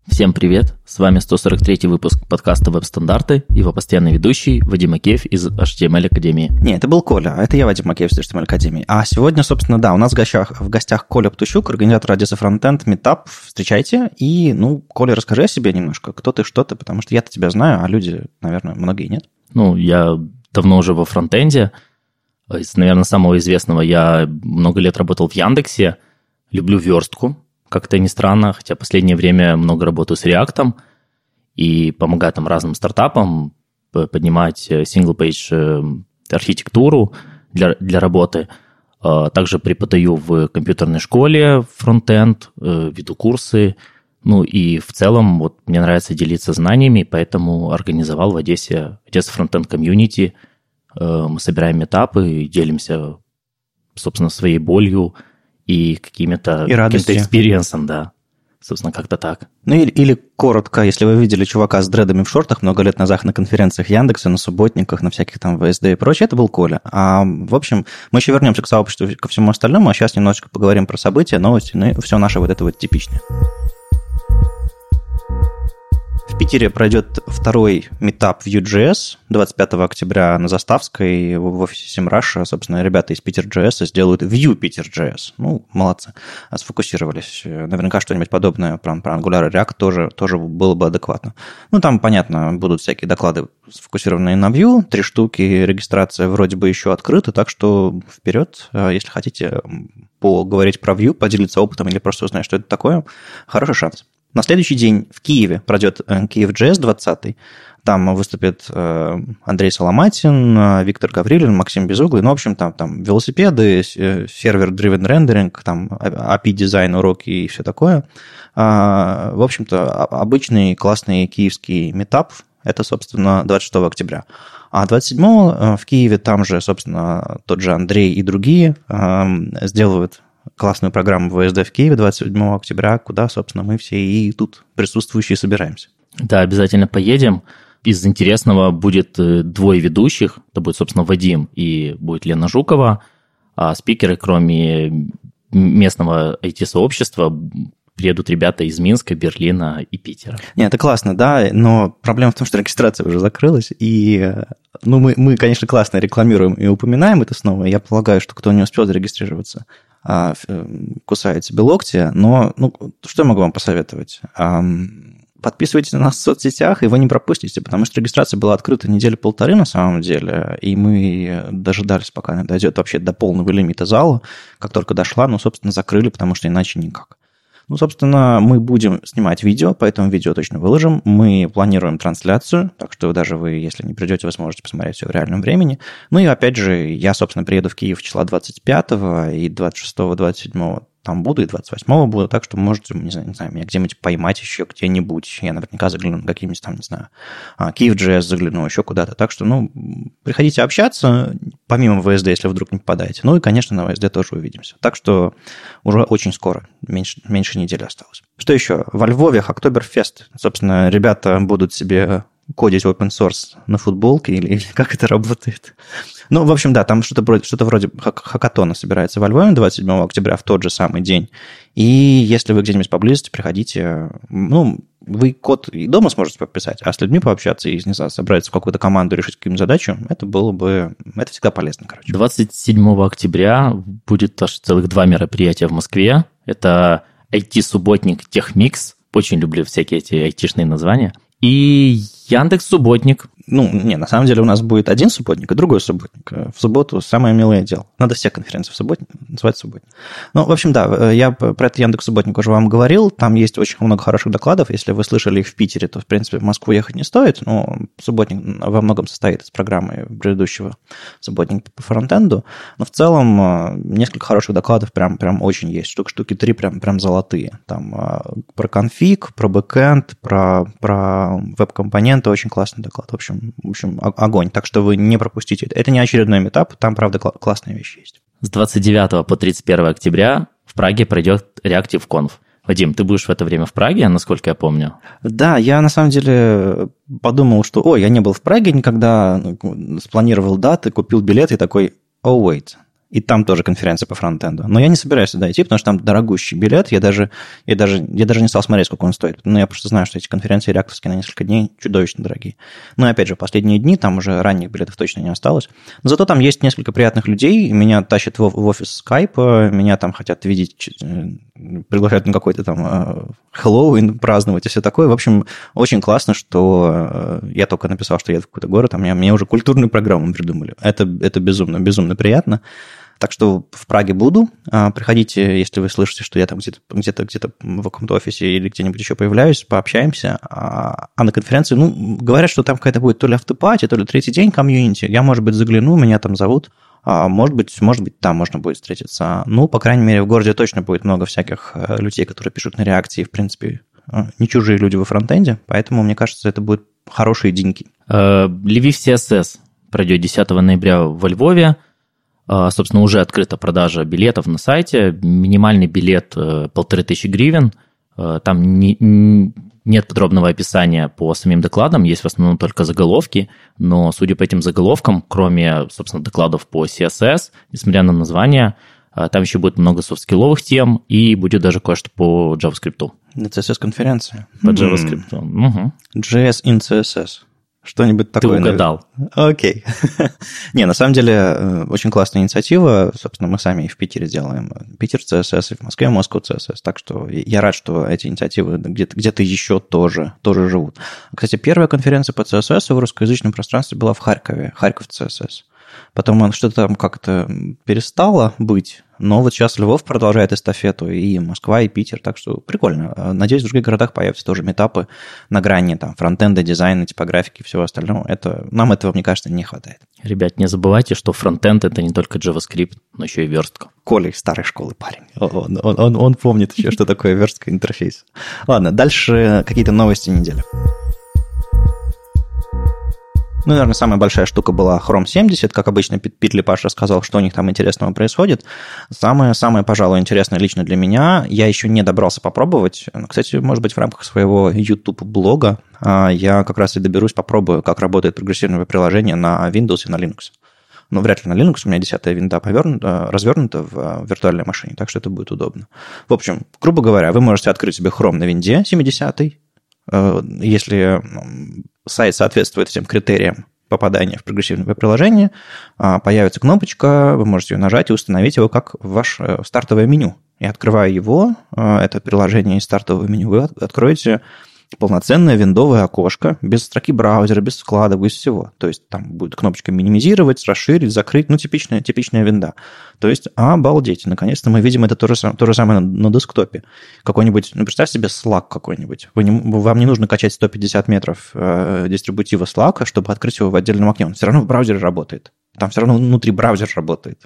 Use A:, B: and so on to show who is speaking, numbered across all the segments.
A: Всем привет, с вами 143-й выпуск подкаста «Веб-стандарты», его постоянный ведущий Вадим Макеев из HTML Академии.
B: Не, это был Коля, а это я, Вадим Макеев из HTML Академии. А сегодня, собственно, да, у нас в гостях Коля Птущук, организатор Радиуса Frontend, Meetup. Встречайте. И, Коля, расскажи о себе немножко, кто ты, что ты, потому что я-то тебя знаю, а люди, наверное, многие нет.
A: Я давно уже во фронтенде. Из, наверное, самого известного я много лет работал в Яндексе, люблю верстку. Как-то ни странно, хотя последнее время много работаю с React и помогаю там разным стартапам поднимать single-page архитектуру для работы. Также преподаю в компьютерной школе фронтенд, веду курсы. И в целом мне нравится делиться знаниями, поэтому организовал в Одессе фронтенд комьюнити. Мы собираем митапы и делимся, собственно, своей болью и какими-то экспириенсом, да. Собственно, как-то так.
B: Или коротко, если вы видели чувака с дредами в шортах много лет назад на конференциях Яндекса, на субботниках, на всяких там ВСД и прочее, это был Коля. В общем, мы еще вернемся к сообществу, ко всему остальному, а сейчас немножечко поговорим про события, новости, и все наше это типичное. В Питере пройдет второй митап Vue.js 25 октября на Заставской в офисе Semrush. Собственно, ребята из Питер.js сделают Vue Питер.js. Молодцы. Сфокусировались. Наверняка что-нибудь подобное про Angular и React тоже было бы адекватно. Там, понятно, будут всякие доклады, сфокусированные на Vue. 3 штуки, регистрация вроде бы еще открыта, так что вперед, если хотите поговорить про Vue, поделиться опытом или просто узнать, что это такое, хороший шанс. На следующий день в Киеве пройдет Киев.js 20. Там выступит Андрей Соломатин, Виктор Гаврилин, Максим Безуглый. В общем, там велосипеды, сервер-driven рендеринг, там API-дизайн, уроки и все такое. В общем-то, обычный классный киевский митап. Это, собственно, 26 октября. А 27 в Киеве там же, собственно, тот же Андрей и другие сделают классную программу ВСД в Киеве 27 октября, куда, собственно, мы все и тут присутствующие собираемся.
A: Да, обязательно поедем. Из интересного будет 2 ведущих. Это будет, собственно, Вадим и будет Лена Жукова. А спикеры, кроме местного IT-сообщества, приедут ребята из Минска, Берлина и Питера.
B: Нет, это классно, да, но проблема в том, что регистрация уже закрылась, и мы, конечно, классно рекламируем и упоминаем это снова. Я полагаю, что кто не успел зарегистрироваться, кусает себе локти, но что я могу вам посоветовать? Подписывайтесь на нас в соцсетях, и вы не пропустите, потому что регистрация была открыта 1-1.5 недели на самом деле, и мы дожидались, пока она дойдет вообще до полного лимита зала. Как только дошла, собственно, закрыли, потому что иначе никак. Собственно, мы будем снимать видео, поэтому видео точно выложим. Мы планируем трансляцию, так что даже вы, если не придете, вы сможете посмотреть все в реальном времени. И опять же, я, собственно, приеду в Киев числа 25-го, и 26-го, 27-го там буду, и 28-го буду, так что можете, не знаю, меня где-нибудь поймать еще где-нибудь. Я наверняка загляну на какие-нибудь там, не знаю, Киев.js загляну, еще куда-то. Так что, приходите общаться, помимо ВСД, если вдруг не попадаете. И, конечно, на ВСД тоже увидимся. Так что уже очень скоро, меньше недели осталось. Что еще? Во Львове Октоберфест. Собственно, ребята будут себе кодить open source на футболке, или как это работает. В общем, да, там что-то вроде хакатона собирается во Львове 27 октября в тот же самый день. И если вы где-нибудь поблизости, приходите. Вы код и дома сможете пописать, а с людьми пообщаться и, не знаю, собраться в какую-то команду, решить какую-нибудь задачу, это всегда полезно,
A: 27 октября будет аж целых 2 мероприятия в Москве. Это IT-субботник Техмикс. Очень люблю всякие эти айтишные названия. И Яндекс.Субботник.
B: На самом деле у нас будет один субботник и другой субботник. В субботу самое милое дело. Надо все конференции в субботник называть субботник. В общем, да, я про этот Яндекс.Субботник уже вам говорил. Там есть очень много хороших докладов. Если вы слышали их в Питере, то, в принципе, в Москву ехать не стоит. Субботник во многом состоит из программы предыдущего субботника по фронтенду. Но в целом несколько хороших докладов прям очень есть. Штуки 3 прям золотые. Там про конфиг, про бэкэнд, про веб-компоненты. Очень классный доклад. В общем, огонь. Так что вы не пропустите это. Это не очередной митап, там, правда, классные вещи есть.
A: С 29 по 31 октября в Праге пройдет ReactiveConf. Вадим, ты будешь в это время в Праге, насколько я помню?
B: Да, я на самом деле подумал, что, я не был в Праге никогда, спланировал даты, купил билет и такой, wait, и там тоже конференция по фронтенду. Но я не собираюсь туда идти, потому что там дорогущий билет. Я даже не стал смотреть, сколько он стоит. Но я просто знаю, что эти конференции реакторские на несколько дней чудовищно дорогие. Но опять же, в последние дни там уже ранних билетов точно не осталось. Но зато там есть несколько приятных людей. Меня тащат в офис Skype, меня там хотят видеть, приглашают на какой-то там Хэллоуин праздновать и все такое. В общем, очень классно, что я только написал, что еду в какой-то город, а мне уже культурную программу придумали. Это безумно, безумно приятно. Так что в Праге буду. Приходите, если вы слышите, что я там где-то в каком-то офисе или где-нибудь еще появляюсь, пообщаемся. А на конференции, говорят, что там какая-то будет то ли автопати, то ли третий день комьюнити. Я, может быть, загляну, меня там зовут. Может быть, там можно будет встретиться. По крайней мере, в городе точно будет много всяких людей, которые пишут на реакции. В принципе, не чужие люди во фронтенде. Поэтому, мне кажется, это будут хорошие деньги.
A: Lviv CSS пройдет 10 ноября во Львове. Собственно, уже открыта продажа билетов на сайте. Минимальный билет 1500 гривен. Там нет подробного описания по самим докладам, есть в основном только заголовки, но, судя по этим заголовкам, кроме, собственно, докладов по CSS, несмотря на название, там еще будет много софт-скилловых тем и будет даже кое-что по JavaScript.
B: CSS-конференция.
A: По JavaScript. Угу.
B: JS in CSS. Что-нибудь такое.
A: Ты угадал.
B: Окей. Не, на самом деле, очень классная инициатива. Собственно, мы сами и в Питере делаем. Питер CSS, и в Москве Moscow CSS. Так что я рад, что эти инициативы где-то еще тоже живут. Кстати, первая конференция по CSS в русскоязычном пространстве была в Харькове. Харьков CSS. Потом что-то там как-то перестало быть. Но вот сейчас Львов продолжает эстафету, и Москва, и Питер, так что прикольно. Надеюсь, в других городах появятся тоже митапы на грани там фронтенда, дизайна, типографики и всего остального. Нам этого, мне кажется, не хватает.
A: Ребят, не забывайте, что фронтенд – это не только JavaScript, но еще и верстка.
B: Коля из старой школы парень. Он помнит еще, что такое верстка интерфейс. Ладно, дальше какие-то новости недели. Наверное, самая большая штука была Chrome 70. Как обычно, Пит Лепаш рассказал, что у них там интересного происходит. Самое, пожалуй, интересное лично для меня, я еще не добрался попробовать. Кстати, может быть, в рамках своего YouTube-блога я как раз и доберусь, попробую, как работает прогрессивное приложение на Windows и на Linux. Но вряд ли на Linux, у меня 10-я винда развернута в виртуальной машине, так что это будет удобно. В общем, грубо говоря, вы можете открыть себе Chrome на винде 70-й, если сайт соответствует всем критериям попадания в прогрессивное приложение, появится кнопочка, вы можете ее нажать и установить его как ваше стартовое меню. И открывая его, это приложение из стартового меню, вы откроете полноценное виндовое окошко, без строки браузера, без вкладок, без всего. То есть там будет кнопочка минимизировать, расширить, закрыть, типичная винда. То есть, обалдеть, наконец-то мы видим это то же самое на десктопе. Какой-нибудь, представь себе Slack какой-нибудь. Вам не нужно качать 150 метров дистрибутива Slack, чтобы открыть его в отдельном окне. Он все равно в браузере работает. Там все равно внутри браузер работает.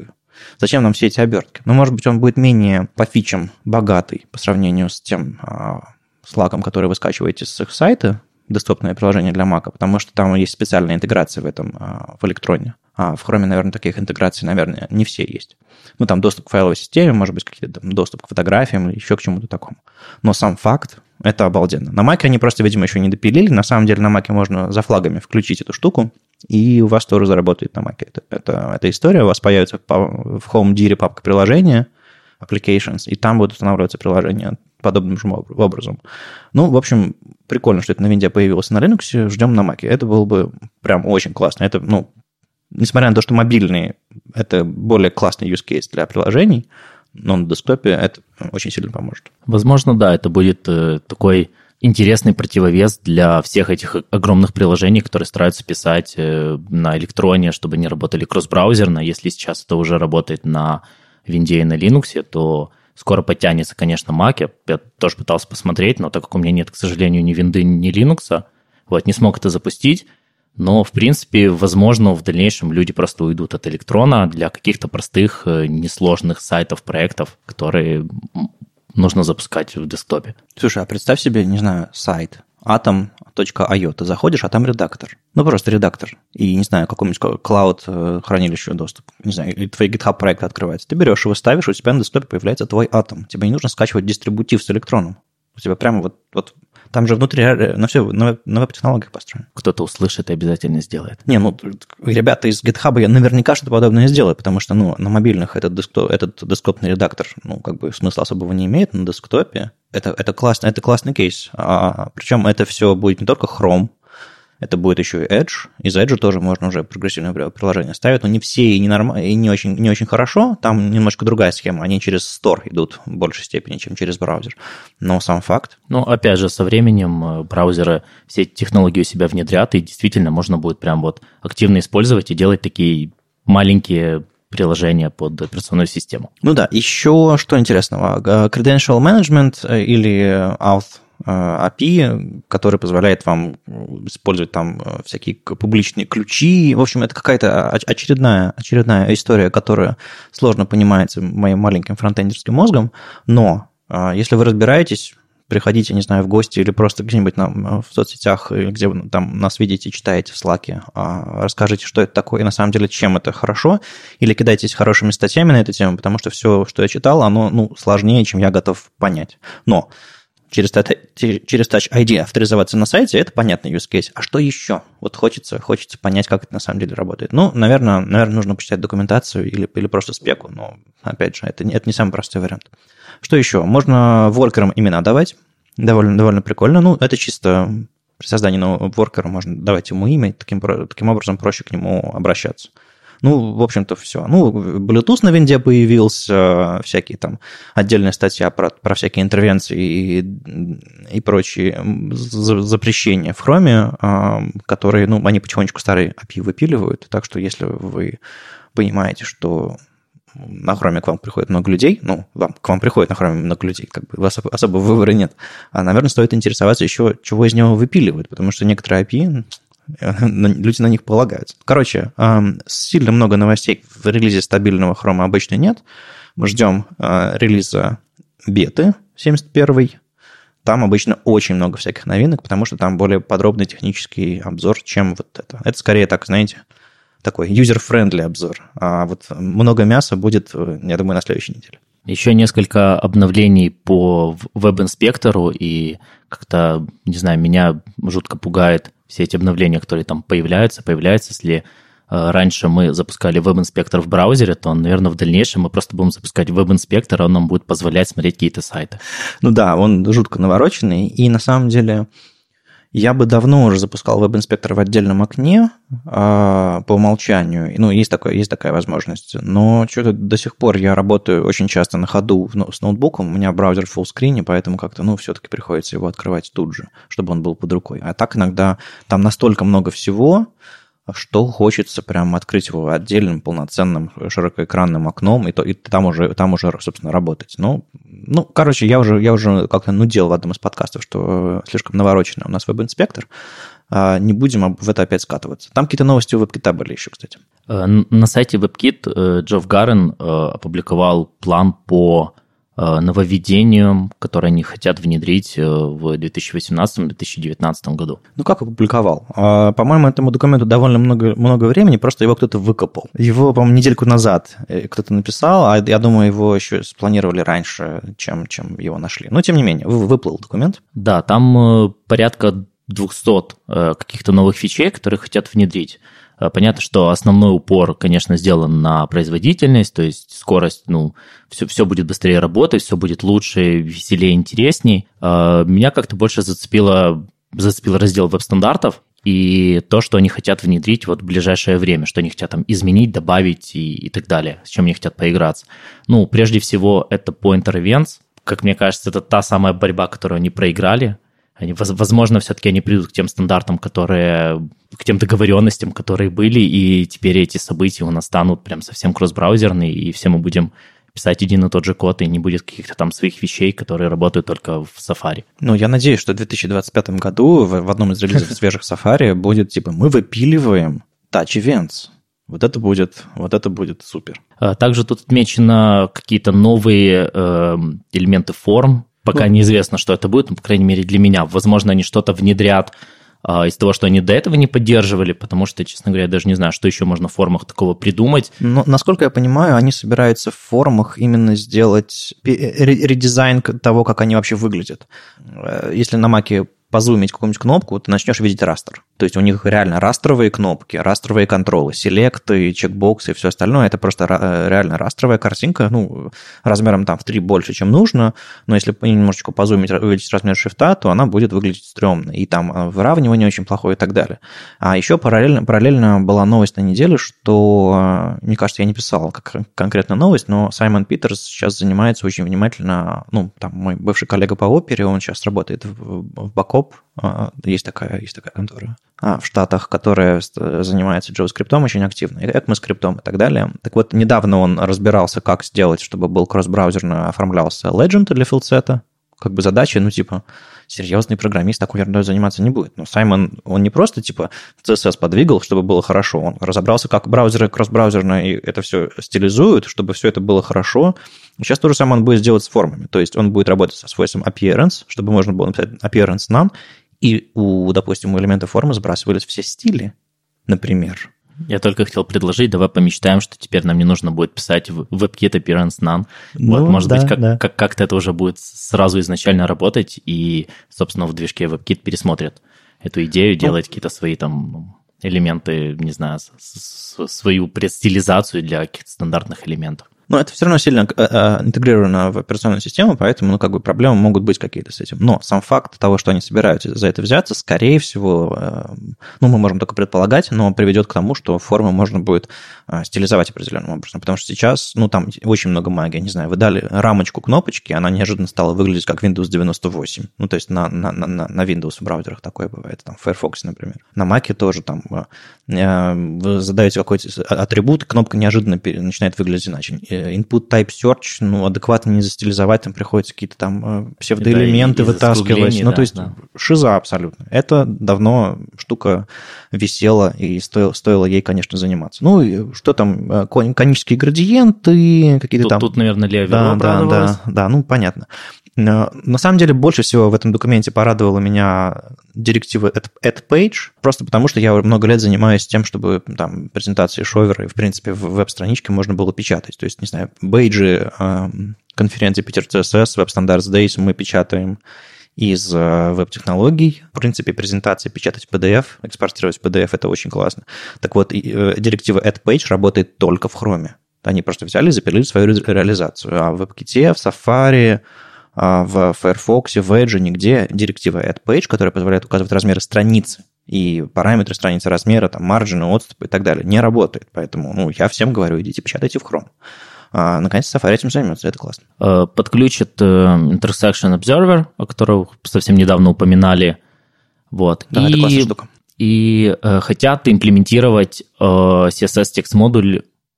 B: Зачем нам все эти обертки? Может быть, он будет менее по фичам богатый по сравнению с тем Slack, который вы скачиваете с их сайта, десктопное приложение для Mac, потому что там есть специальная интеграция в электроне. А в Chrome, наверное, таких интеграций, наверное, не все есть. Там доступ к файловой системе, может быть, какие-то доступ к фотографиям или еще к чему-то такому. Но сам факт, это обалденно. На Mac они просто, видимо, еще не допилили. На самом деле на Mac можно за флагами включить эту штуку, и у вас тоже заработает на Mac. Это история. У вас появится в Home Dire папка приложения, Applications, и там будут устанавливаться приложения подобным же образом. В общем, прикольно, что это на винде появилось на Linux, ждем на Mac. Это было бы прям очень классно. Это, несмотря на то, что мобильные, это более классный use case для приложений, но на десктопе это очень сильно поможет.
A: Возможно, да, это будет такой интересный противовес для всех этих огромных приложений, которые стараются писать на электроне, чтобы они работали кросс-браузерно. Если сейчас это уже работает на винде и на Linux, то скоро подтянется, конечно, Mac. Я тоже пытался посмотреть, но так как у меня нет, к сожалению, ни винды, ни Linux, не смог это запустить. Но, в принципе, возможно, в дальнейшем люди просто уйдут от электрона для каких-то простых, несложных сайтов, проектов, которые нужно запускать в десктопе.
B: Слушай, а представь себе, не знаю, сайт atom.io. Ты заходишь, а там редактор. Просто редактор. И, не знаю, какому-нибудь клауд-хранилищу доступ. Не знаю, или твой GitHub-проект открывается. Ты берешь его, ставишь, у тебя на десктопе появляется твой Atom. Тебе не нужно скачивать дистрибутив с электроном. У тебя прямо вот там же внутри на все на веб-технологиях построено.
A: Кто-то услышит и обязательно сделает.
B: Не, ну, ребята из GitHub наверняка что-то подобное сделают, потому что, ну, на мобильных этот десктопный редактор, ну, как бы смысла особого не имеет, на десктопе это классный кейс. Причем это все будет не только Chrome, это будет еще и Edge. Из Edge тоже можно уже прогрессивное приложение ставить, но не все и не очень хорошо. Там немножко другая схема. Они через Store идут в большей степени, чем через браузер. Но сам факт.
A: Ну, опять же, со временем браузеры все эти технологии у себя внедрят, и действительно можно будет прям вот активно использовать и делать такие маленькие приложения под операционную систему.
B: Ну да, еще что интересного. Credential Management или Auth API, который позволяет вам использовать там всякие публичные ключи. В общем, это какая-то очередная история, которая сложно понимается моим маленьким фронтендерским мозгом, но если вы разбираетесь, приходите, не знаю, в гости или просто где-нибудь в соцсетях, где вы там нас видите, читаете в Slack, расскажите, что это такое и на самом деле чем это хорошо, или кидайтесь хорошими статьями на эту тему, потому что все, что я читал, оно сложнее, чем я готов понять. Но через Touch ID авторизоваться на сайте – это понятный use case. А что еще? Вот хочется понять, как это на самом деле работает. Ну, наверное, нужно почитать документацию или просто спеку, но, опять же, это не самый простой вариант. Что еще? Можно воркерам имена давать. Довольно прикольно. Ну, это чисто при создании нового воркера можно давать ему имя, и таким образом проще к нему обращаться. Ну, в общем-то, все. Ну, Bluetooth на винде появился, всякие там отдельная статья про всякие интервенции и прочие запрещения в Chrome, которые, ну, они потихонечку старые API выпиливают. Так что если вы понимаете, что на Chrome к вам приходит много людей, к вам приходит на Chrome много людей, как бы особого выбора нет, наверное, стоит интересоваться еще, чего из него выпиливают, потому что некоторые API... люди на них полагаются. Короче, сильно много новостей в релизе стабильного Chrome обычно нет. Мы ждем релиза беты 71-й. Там обычно очень много всяких новинок, потому что там более подробный технический обзор, чем вот это. Это скорее, так, знаете, такой user-friendly обзор. А вот много мяса будет, я думаю, на следующей неделе.
A: Еще несколько обновлений по веб-инспектору, и как-то, не знаю, меня жутко пугает все эти обновления, которые там появляются. Если раньше мы запускали веб-инспектор в браузере, то, наверное, в дальнейшем мы просто будем запускать веб-инспектор, а он нам будет позволять смотреть какие-то сайты.
B: Ну да, он жутко навороченный, и на самом деле... Я бы давно уже запускал веб-инспектор в отдельном окне по умолчанию. Ну, есть такая возможность. Но что-то до сих пор я работаю очень часто на ходу с ноутбуком. У меня браузер в фуллскрине, поэтому как-то, все-таки приходится его открывать тут же, чтобы он был под рукой. А так иногда там настолько много всего, что хочется прям открыть его отдельным полноценным широкоэкранным окном, и там уже, собственно, работать. Короче, я уже как-то нудел в одном из подкастов, что слишком навороченный у нас веб-инспектор. Не будем в это опять скатываться. Там какие-то новости у WebKit были еще, кстати.
A: На сайте WebKit Джефф Гаррен опубликовал план по нововведениям, которые они хотят внедрить в 2018-2019 году.
B: Ну, как опубликовал? По-моему, этому документу довольно много времени, просто его кто-то выкопал. Его, по-моему, недельку назад кто-то написал, а я думаю, его еще спланировали раньше, чем его нашли. Но, тем не менее, выплыл документ.
A: Да, там порядка 200 каких-то новых фичей, которые хотят внедрить. Понятно, что основной упор, конечно, сделан на производительность, то есть скорость, все будет быстрее работать, все будет лучше, веселее, интересней. Меня как-то больше зацепил раздел веб-стандартов и то, что они хотят внедрить вот в ближайшее время, что они хотят там изменить, добавить и так далее, с чем они хотят поиграться. Прежде всего, это Pointer Events. Как мне кажется, это та самая борьба, которую они проиграли. Возможно, все-таки они придут к тем стандартам, к тем договоренностям, которые были, и теперь эти события у нас станут прям совсем кросс-браузерные, и все мы будем писать один и тот же код, и не будет каких-то там своих вещей, которые работают только в Safari.
B: Я надеюсь, что в 2025 году в одном из релизов свежих Safari будет мы выпиливаем Touch Events. Вот это будет супер.
A: Также тут отмечено какие-то новые элементы форм. Пока неизвестно, что это будет, по крайней мере, для меня. Возможно, они что-то внедрят из того, что они до этого не поддерживали, потому что, честно говоря, я даже не знаю, что еще можно в форумах такого придумать.
B: Но, насколько я понимаю, они собираются в форумах именно сделать редизайн того, как они вообще выглядят. Если на Маке позумить какую-нибудь кнопку, ты начнешь видеть растер. То есть у них реально растровые кнопки, растровые контролы, селекты, чекбоксы и все остальное. Это просто реально растровая картинка, ну, размером там в 3 больше, чем нужно, но если немножечко позумить, увеличить размер шрифта, то она будет выглядеть стрёмно. И там выравнивание очень плохое и так далее. А еще параллельно была новость на неделе, что, мне кажется, я не писал как конкретно новость, но Саймон Питерс сейчас занимается очень внимательно, ну, там мой бывший коллега по опере, он сейчас работает в Backup, есть такая контора в Штатах, которая занимается JavaScript очень активно, ECMAScript и так далее. Так вот, недавно он разбирался, как сделать, чтобы был кросс-браузерно оформлялся Legend для филсета. Как бы задача, ну, типа, серьезный программист такой ерундой заниматься не будет. Но Саймон, он не просто, типа, CSS подвигал, чтобы было хорошо, он разобрался, как браузеры кросс-браузерно и это все стилизуют, чтобы все это было хорошо. И сейчас то же самое он будет делать с формами. То есть он будет работать со свойством appearance, чтобы можно было написать appearance none, и допустим, у элемента формы сбрасывались все стили, например.
A: Я только хотел предложить, давай помечтаем, что теперь нам не нужно будет писать в WebKit appearance none.
B: Ну,
A: вот, может
B: да,
A: быть,
B: да.
A: как-то это уже будет сразу изначально работать, и, собственно, в движке WebKit пересмотрят эту идею, делать какие-то свои там элементы, не знаю, свою предстилизацию для каких-то стандартных элементов.
B: Но это все равно сильно интегрировано в операционную систему, поэтому, ну, как бы проблемы могут быть какие-то с этим. Но сам факт того, что они собираются за это взяться, скорее всего, ну, мы можем только предполагать, но приведет к тому, что формы можно будет стилизовать определенным образом. Потому что сейчас, ну, там очень много магии, не знаю, вы дали рамочку кнопочки, она неожиданно стала выглядеть как Windows 98. Ну, то есть на Windows браузерах такое бывает, там, в Firefox, например. На Mac тоже там вы задаете какой-то атрибут, и кнопка неожиданно начинает выглядеть иначе. Input Type Search, ну, адекватно не застилизовать, там приходится какие-то там псевдоэлементы вытаскивать. Ну,
A: да,
B: то есть
A: да.
B: Шиза абсолютно. Это давно штука висела, и стоило ей, конечно, заниматься. Ну, и что там, конические градиенты, какие-то там...
A: Тут, наверное, Лео
B: Да, ну, понятно. На самом деле, больше всего в этом документе порадовала меня директива AdPage, просто потому что я много лет занимаюсь тем, чтобы там презентации шовера и, в принципе, в веб-страничке можно было печатать. То есть, не знаю, бейджи конференции Peter CSS, Web Standards Days мы печатаем из веб-технологий. В принципе, презентации печатать в PDF, экспортировать в PDF – это очень классно. Так вот, директива AdPage работает только в Chrome. Они просто взяли и запилили свою реализацию. А в WebKit, в Safari, в Firefox, в Edge нигде директива AdPage, которая позволяет указывать размеры страницы и параметры страницы размера, там, маржины, отступы и так далее, не работает. Поэтому, ну, я всем говорю, идите печатайте в Chrome. Наконец-то Safari этим займется, это классно.
A: Подключит Intersection Observer, о котором совсем недавно упоминали. Вот.
B: Да, это классная штука.
A: И хотят имплементировать CSS-текст-модуль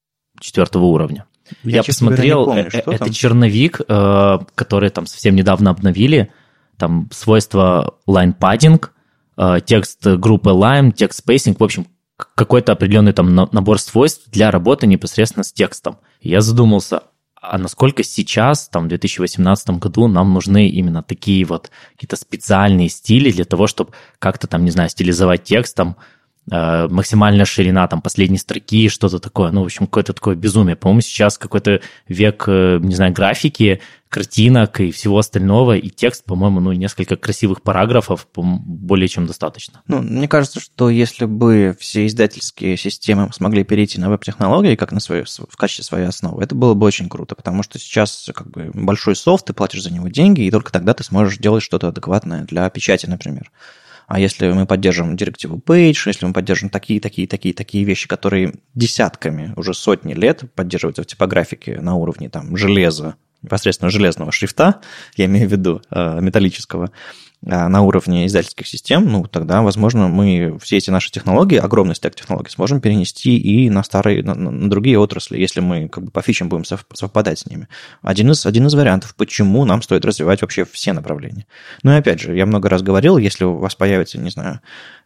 A: 4 уровня. Я посмотрел,
B: помню,
A: это
B: там?
A: черновик, который там совсем недавно обновили. Там свойства line padding, текст группы line, текст spacing, в общем, какой-то определенный там набор свойств для работы непосредственно с текстом. И я задумался, а насколько сейчас, там, в 2018 году нам нужны именно такие вот какие-то специальные стили для того, чтобы как-то там, не знаю, стилизовать текст, там, максимальная ширина там последней строки, что-то такое. Ну, в общем, какое-то такое безумие. По-моему, сейчас какой-то век, не знаю, графики, картинок и всего остального, и текст, по-моему, ну, несколько красивых параграфов более чем достаточно.
B: Ну, мне кажется, что если бы все издательские системы смогли перейти на веб-технологии как в качестве своей основы, это было бы очень круто, потому что сейчас как бы большой софт, ты платишь за него деньги, и только тогда ты сможешь делать что-то адекватное для печати, например. А если мы поддержим директиву Page, если мы поддержим такие вещи, которые десятками, уже сотни лет поддерживаются в типографике на уровне там, железа, непосредственно железного шрифта, я имею в виду металлического, на уровне издательских систем, ну, тогда, возможно, мы все эти наши технологии, огромный стек технологий, сможем перенести и на старые, на другие отрасли, если мы как бы по фичам будем совпадать с ними. Один из вариантов, почему нам стоит развивать вообще все направления. Ну и опять же, я много раз говорил, если у вас появится, не знаю,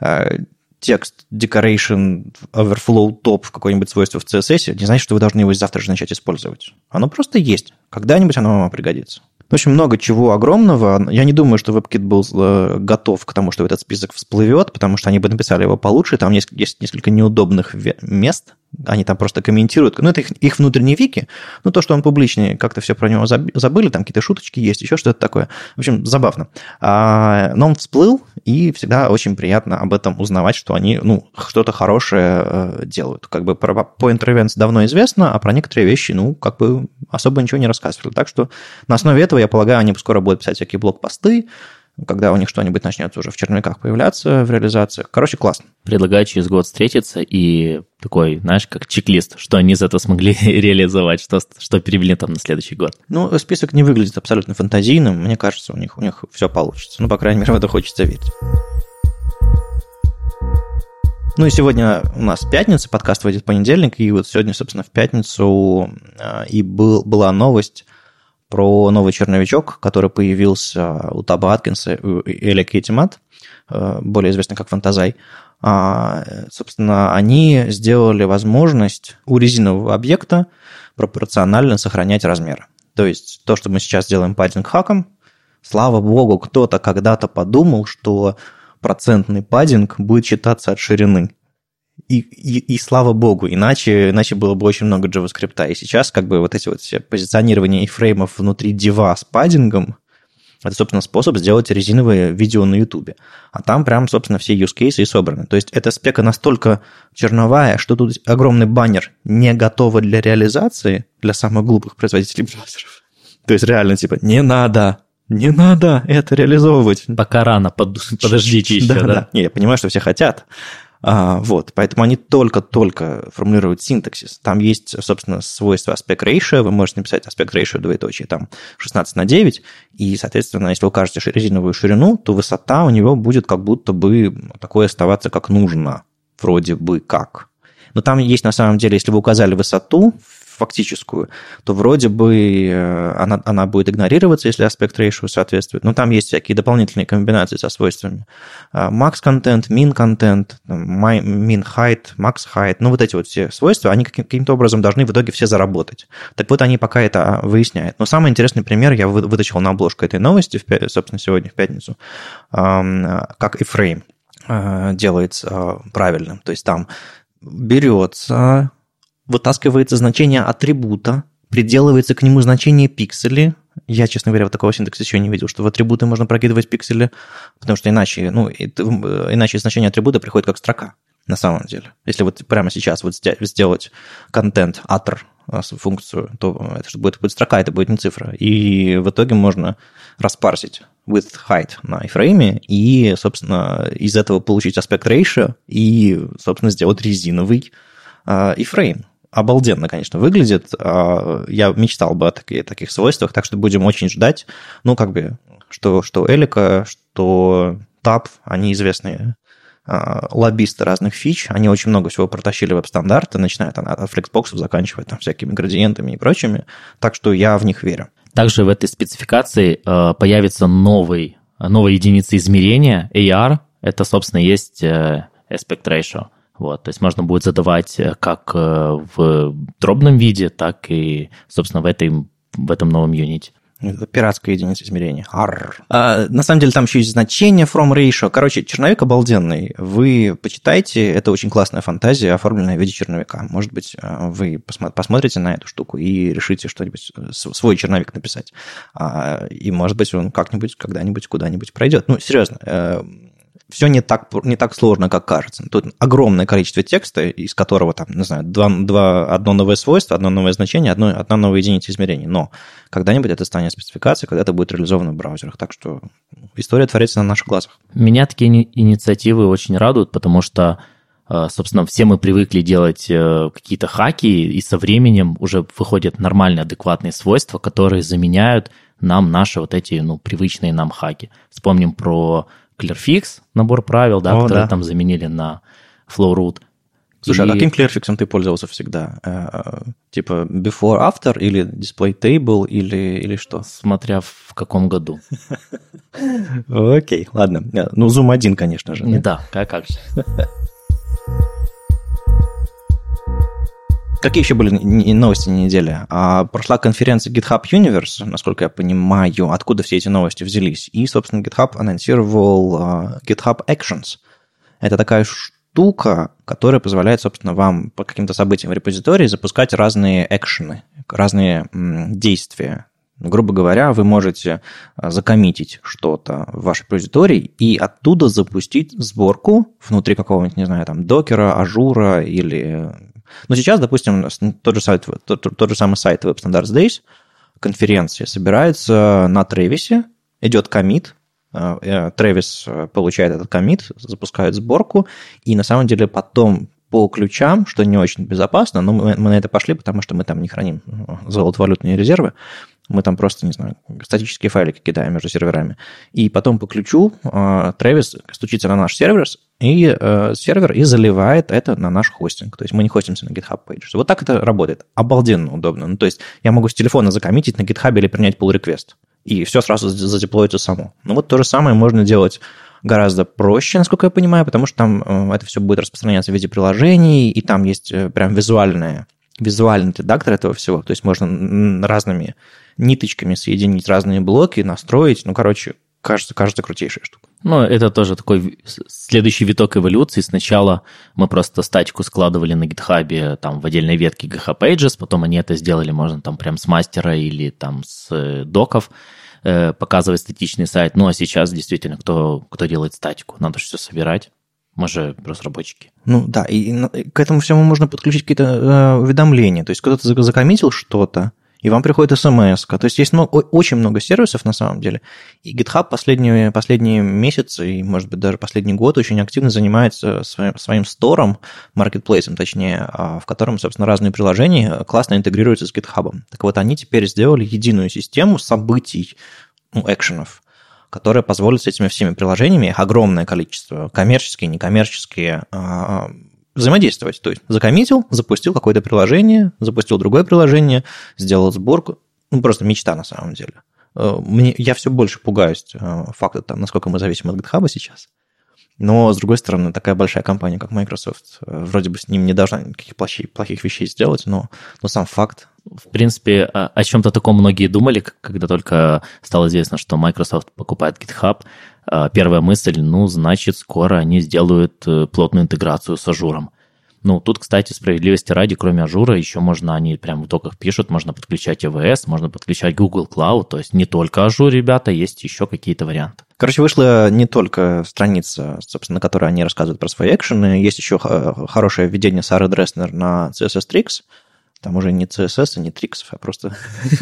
B: текст, decoration, overflow, top, какое-нибудь свойство в CSS, не значит, что вы должны его завтра же начать использовать. Оно просто есть. Когда-нибудь оно вам пригодится. В общем, много чего огромного. Я не думаю, что WebKit был готов к тому, что этот список всплывет, потому что они бы написали его получше. Там есть несколько неудобных мест. Они там просто комментируют. Ну, это их внутренние вики. Ну, то, что он публичный, как-то все про него забыли. Там какие-то шуточки есть, еще что-то такое. В общем, забавно. Но он всплыл, и всегда очень приятно об этом узнавать, что они, что-то хорошее делают. Как бы про Point Events давно известно, а про некоторые вещи, как бы особо ничего не рассказывали. Так что на основе этого, я полагаю, они скоро будут писать всякие блог-посты, когда у них что-нибудь начнется уже в черновиках появляться, в реализациях. Короче, классно.
A: Предлагаю через год встретиться и такой, знаешь, как чек-лист, что они из этого смогли реализовать, что перевели там на следующий год.
B: Список не выглядит абсолютно фантазийным. Мне кажется, у них все получится. По крайней мере, в это хочется верить. И сегодня у нас пятница, подкаст выйдет в понедельник, и вот сегодня, собственно, в пятницу и была новость про новый черновичок, который появился у Таба Аткинса и Эля Кейтимат, более известный как Фантазай. Собственно, они сделали возможность у резинового объекта пропорционально сохранять размеры. То есть то, что мы сейчас делаем паддинг-хаком, слава богу, кто-то когда-то подумал, что процентный паддинг будет считаться от ширины. И слава богу, иначе было бы очень много JavaScript. И сейчас как бы вот эти вот все позиционирования iframe'ов внутри дива с паддингом, это, собственно, способ сделать резиновое видео на YouTube. А там прям, собственно, все use cases и собраны. То есть эта спека настолько черновая, что тут огромный баннер не готова для реализации для самых глупых производителей браузеров. То есть реально не надо это реализовывать.
A: Пока рано, подождите еще, да?
B: Не, я понимаю, что все хотят. Поэтому они только-только формулируют синтаксис. Там есть, собственно, свойство aspect ratio. Вы можете написать aspect ratio двоеточие, там 16:9, и, соответственно, если вы укажете резиновую ширину, то высота у него будет как будто бы такое оставаться, как нужно, вроде бы как. Но там есть, на самом деле, если вы указали высоту фактическую, то вроде бы она будет игнорироваться, если aspect ratio соответствует. Но там есть всякие дополнительные комбинации со свойствами. Max content, min content, min height, max height. Вот эти вот все свойства, они каким-то образом должны в итоге все заработать. Так вот, они пока это выясняют. Но самый интересный пример я вытащил на обложку этой новости, собственно, сегодня в пятницу, как iframe делается правильным. То есть там берется, вытаскивается значение атрибута, приделывается к нему значение пиксели. Я, честно говоря, вот такого синтаксиса еще не видел, что в атрибуты можно прокидывать пиксели, потому что иначе значение атрибута приходит как строка на самом деле. Если вот прямо сейчас вот сделать content attr функцию, то это будет строка, это будет не цифра. И в итоге можно распарсить width height на iframe и, собственно, из этого получить aspect ratio и, собственно, сделать резиновый iframe. Обалденно, конечно, выглядит. Я мечтал бы о таких свойствах, так что будем очень ждать. Что Элика, что Tab, они известные лоббисты разных фич, они очень много всего протащили веб-стандарты, начиная от флексбоксов, заканчивая там всякими градиентами и прочими, так что я в них верю.
A: Также в этой спецификации появится новая единица измерения, AR, это, собственно, есть aspect ratio. То есть можно будет задавать как в дробном виде, так и, собственно, в этом новом юните.
B: Это пиратская единица измерения. На самом деле там еще есть значение from ratio. Короче, черновик обалденный. Вы почитайте, это очень классная фантазия, оформленная в виде черновика. Может быть, вы посмотрите на эту штуку и решите что-нибудь, свой черновик написать. И, может быть, он как-нибудь, когда-нибудь, куда-нибудь пройдет. Серьезно, все не так сложно, как кажется. Тут огромное количество текста, из которого, там, не знаю, одно новое свойство, одно новое значение, одна новая единица измерений. Но когда-нибудь это станет спецификацией, когда это будет реализовано в браузерах. Так что история творится на наших глазах.
A: Меня такие инициативы очень радуют, потому что, собственно, все мы привыкли делать какие-то хаки, и со временем уже выходят нормальные, адекватные свойства, которые заменяют нам наши вот эти, привычные нам хаки. Вспомним про Clearfix, набор правил, которые там заменили на Flowroot.
B: Слушай, а каким Clearfix ты пользовался всегда? Типа before, after или display table или что?
A: Смотря в каком году.
B: Окей, ладно. Zoom 1, конечно же.
A: Да, как же.
B: Какие еще были новости недели? Прошла конференция GitHub Universe, насколько я понимаю, откуда все эти новости взялись. И, собственно, GitHub анонсировал GitHub Actions. Это такая штука, которая позволяет, собственно, вам по каким-то событиям в репозитории запускать разные экшены, разные действия. Грубо говоря, вы можете закоммитить что-то в ваш репозиторий и оттуда запустить сборку внутри какого-нибудь, не знаю, там, докера, ажура или... Но сейчас, допустим, тот же самый сайт Web Standards Days, конференция, собирается на Тревисе, идет коммит, Тревис получает этот коммит, запускает сборку, и на самом деле потом по ключам, что не очень безопасно, но мы на это пошли, потому что мы там не храним золотовалютные резервы, мы там просто, не знаю, статические файлики кидаем между серверами. И потом по ключу Travis стучится на наш сервер и заливает это на наш хостинг. То есть мы не хостимся на GitHub Pages. Вот так это работает. Обалденно удобно. Ну, то есть я могу с телефона закоммитить на GitHub или принять pull request. И все сразу задеплоится само. Ну вот то же самое можно делать гораздо проще, насколько я понимаю, потому что там это все будет распространяться в виде приложений, и там есть прям визуальный редактор этого всего. То есть можно разными ниточками соединить разные блоки, настроить. Ну, короче, кажется, крутейшая штука.
A: Ну, это тоже такой следующий виток эволюции. Сначала мы просто статику складывали на GitHub там в отдельной ветке GitHub Pages, потом они это сделали, можно там прям с мастера или там с доков показывать статичный сайт. Ну, а сейчас действительно, кто делает статику? Надо же все собирать. Мы же разработчики.
B: Ну да, и к этому всему можно подключить какие-то уведомления. То есть кто-то закоммитил что-то, и вам приходит смс. То есть есть очень много сервисов на самом деле. И GitHub последние месяцы, и, может быть, даже последний год очень активно занимается своим стором, маркетплейсом точнее, в котором, собственно, разные приложения классно интегрируются с GitHub. Так вот, они теперь сделали единую систему событий, экшенов, которая позволит с этими всеми приложениями, их огромное количество, коммерческие, некоммерческие, взаимодействовать. То есть закоммитил, запустил какое-то приложение, запустил другое приложение, сделал сборку. Ну, просто мечта на самом деле. Я все больше пугаюсь факта, насколько мы зависим от GitHub сейчас. Но, с другой стороны, такая большая компания, как Microsoft, вроде бы с ним не должна никаких плохих вещей сделать, но сам факт.
A: В принципе, о чем-то таком многие думали, когда только стало известно, что Microsoft покупает GitHub. Первая мысль, значит, скоро они сделают плотную интеграцию с Ажуром. Тут, кстати, справедливости ради, кроме Ажура, еще можно, они прямо в доках пишут, можно подключать AWS, можно подключать Google Cloud, то есть не только Ажур, ребята, есть еще какие-то варианты.
B: Короче, вышла не только страница, собственно, на которой они рассказывают про свои экшены, есть еще хорошее введение Сары Дреснер на CSS Tricks. Там уже не CSS, не триксов, а просто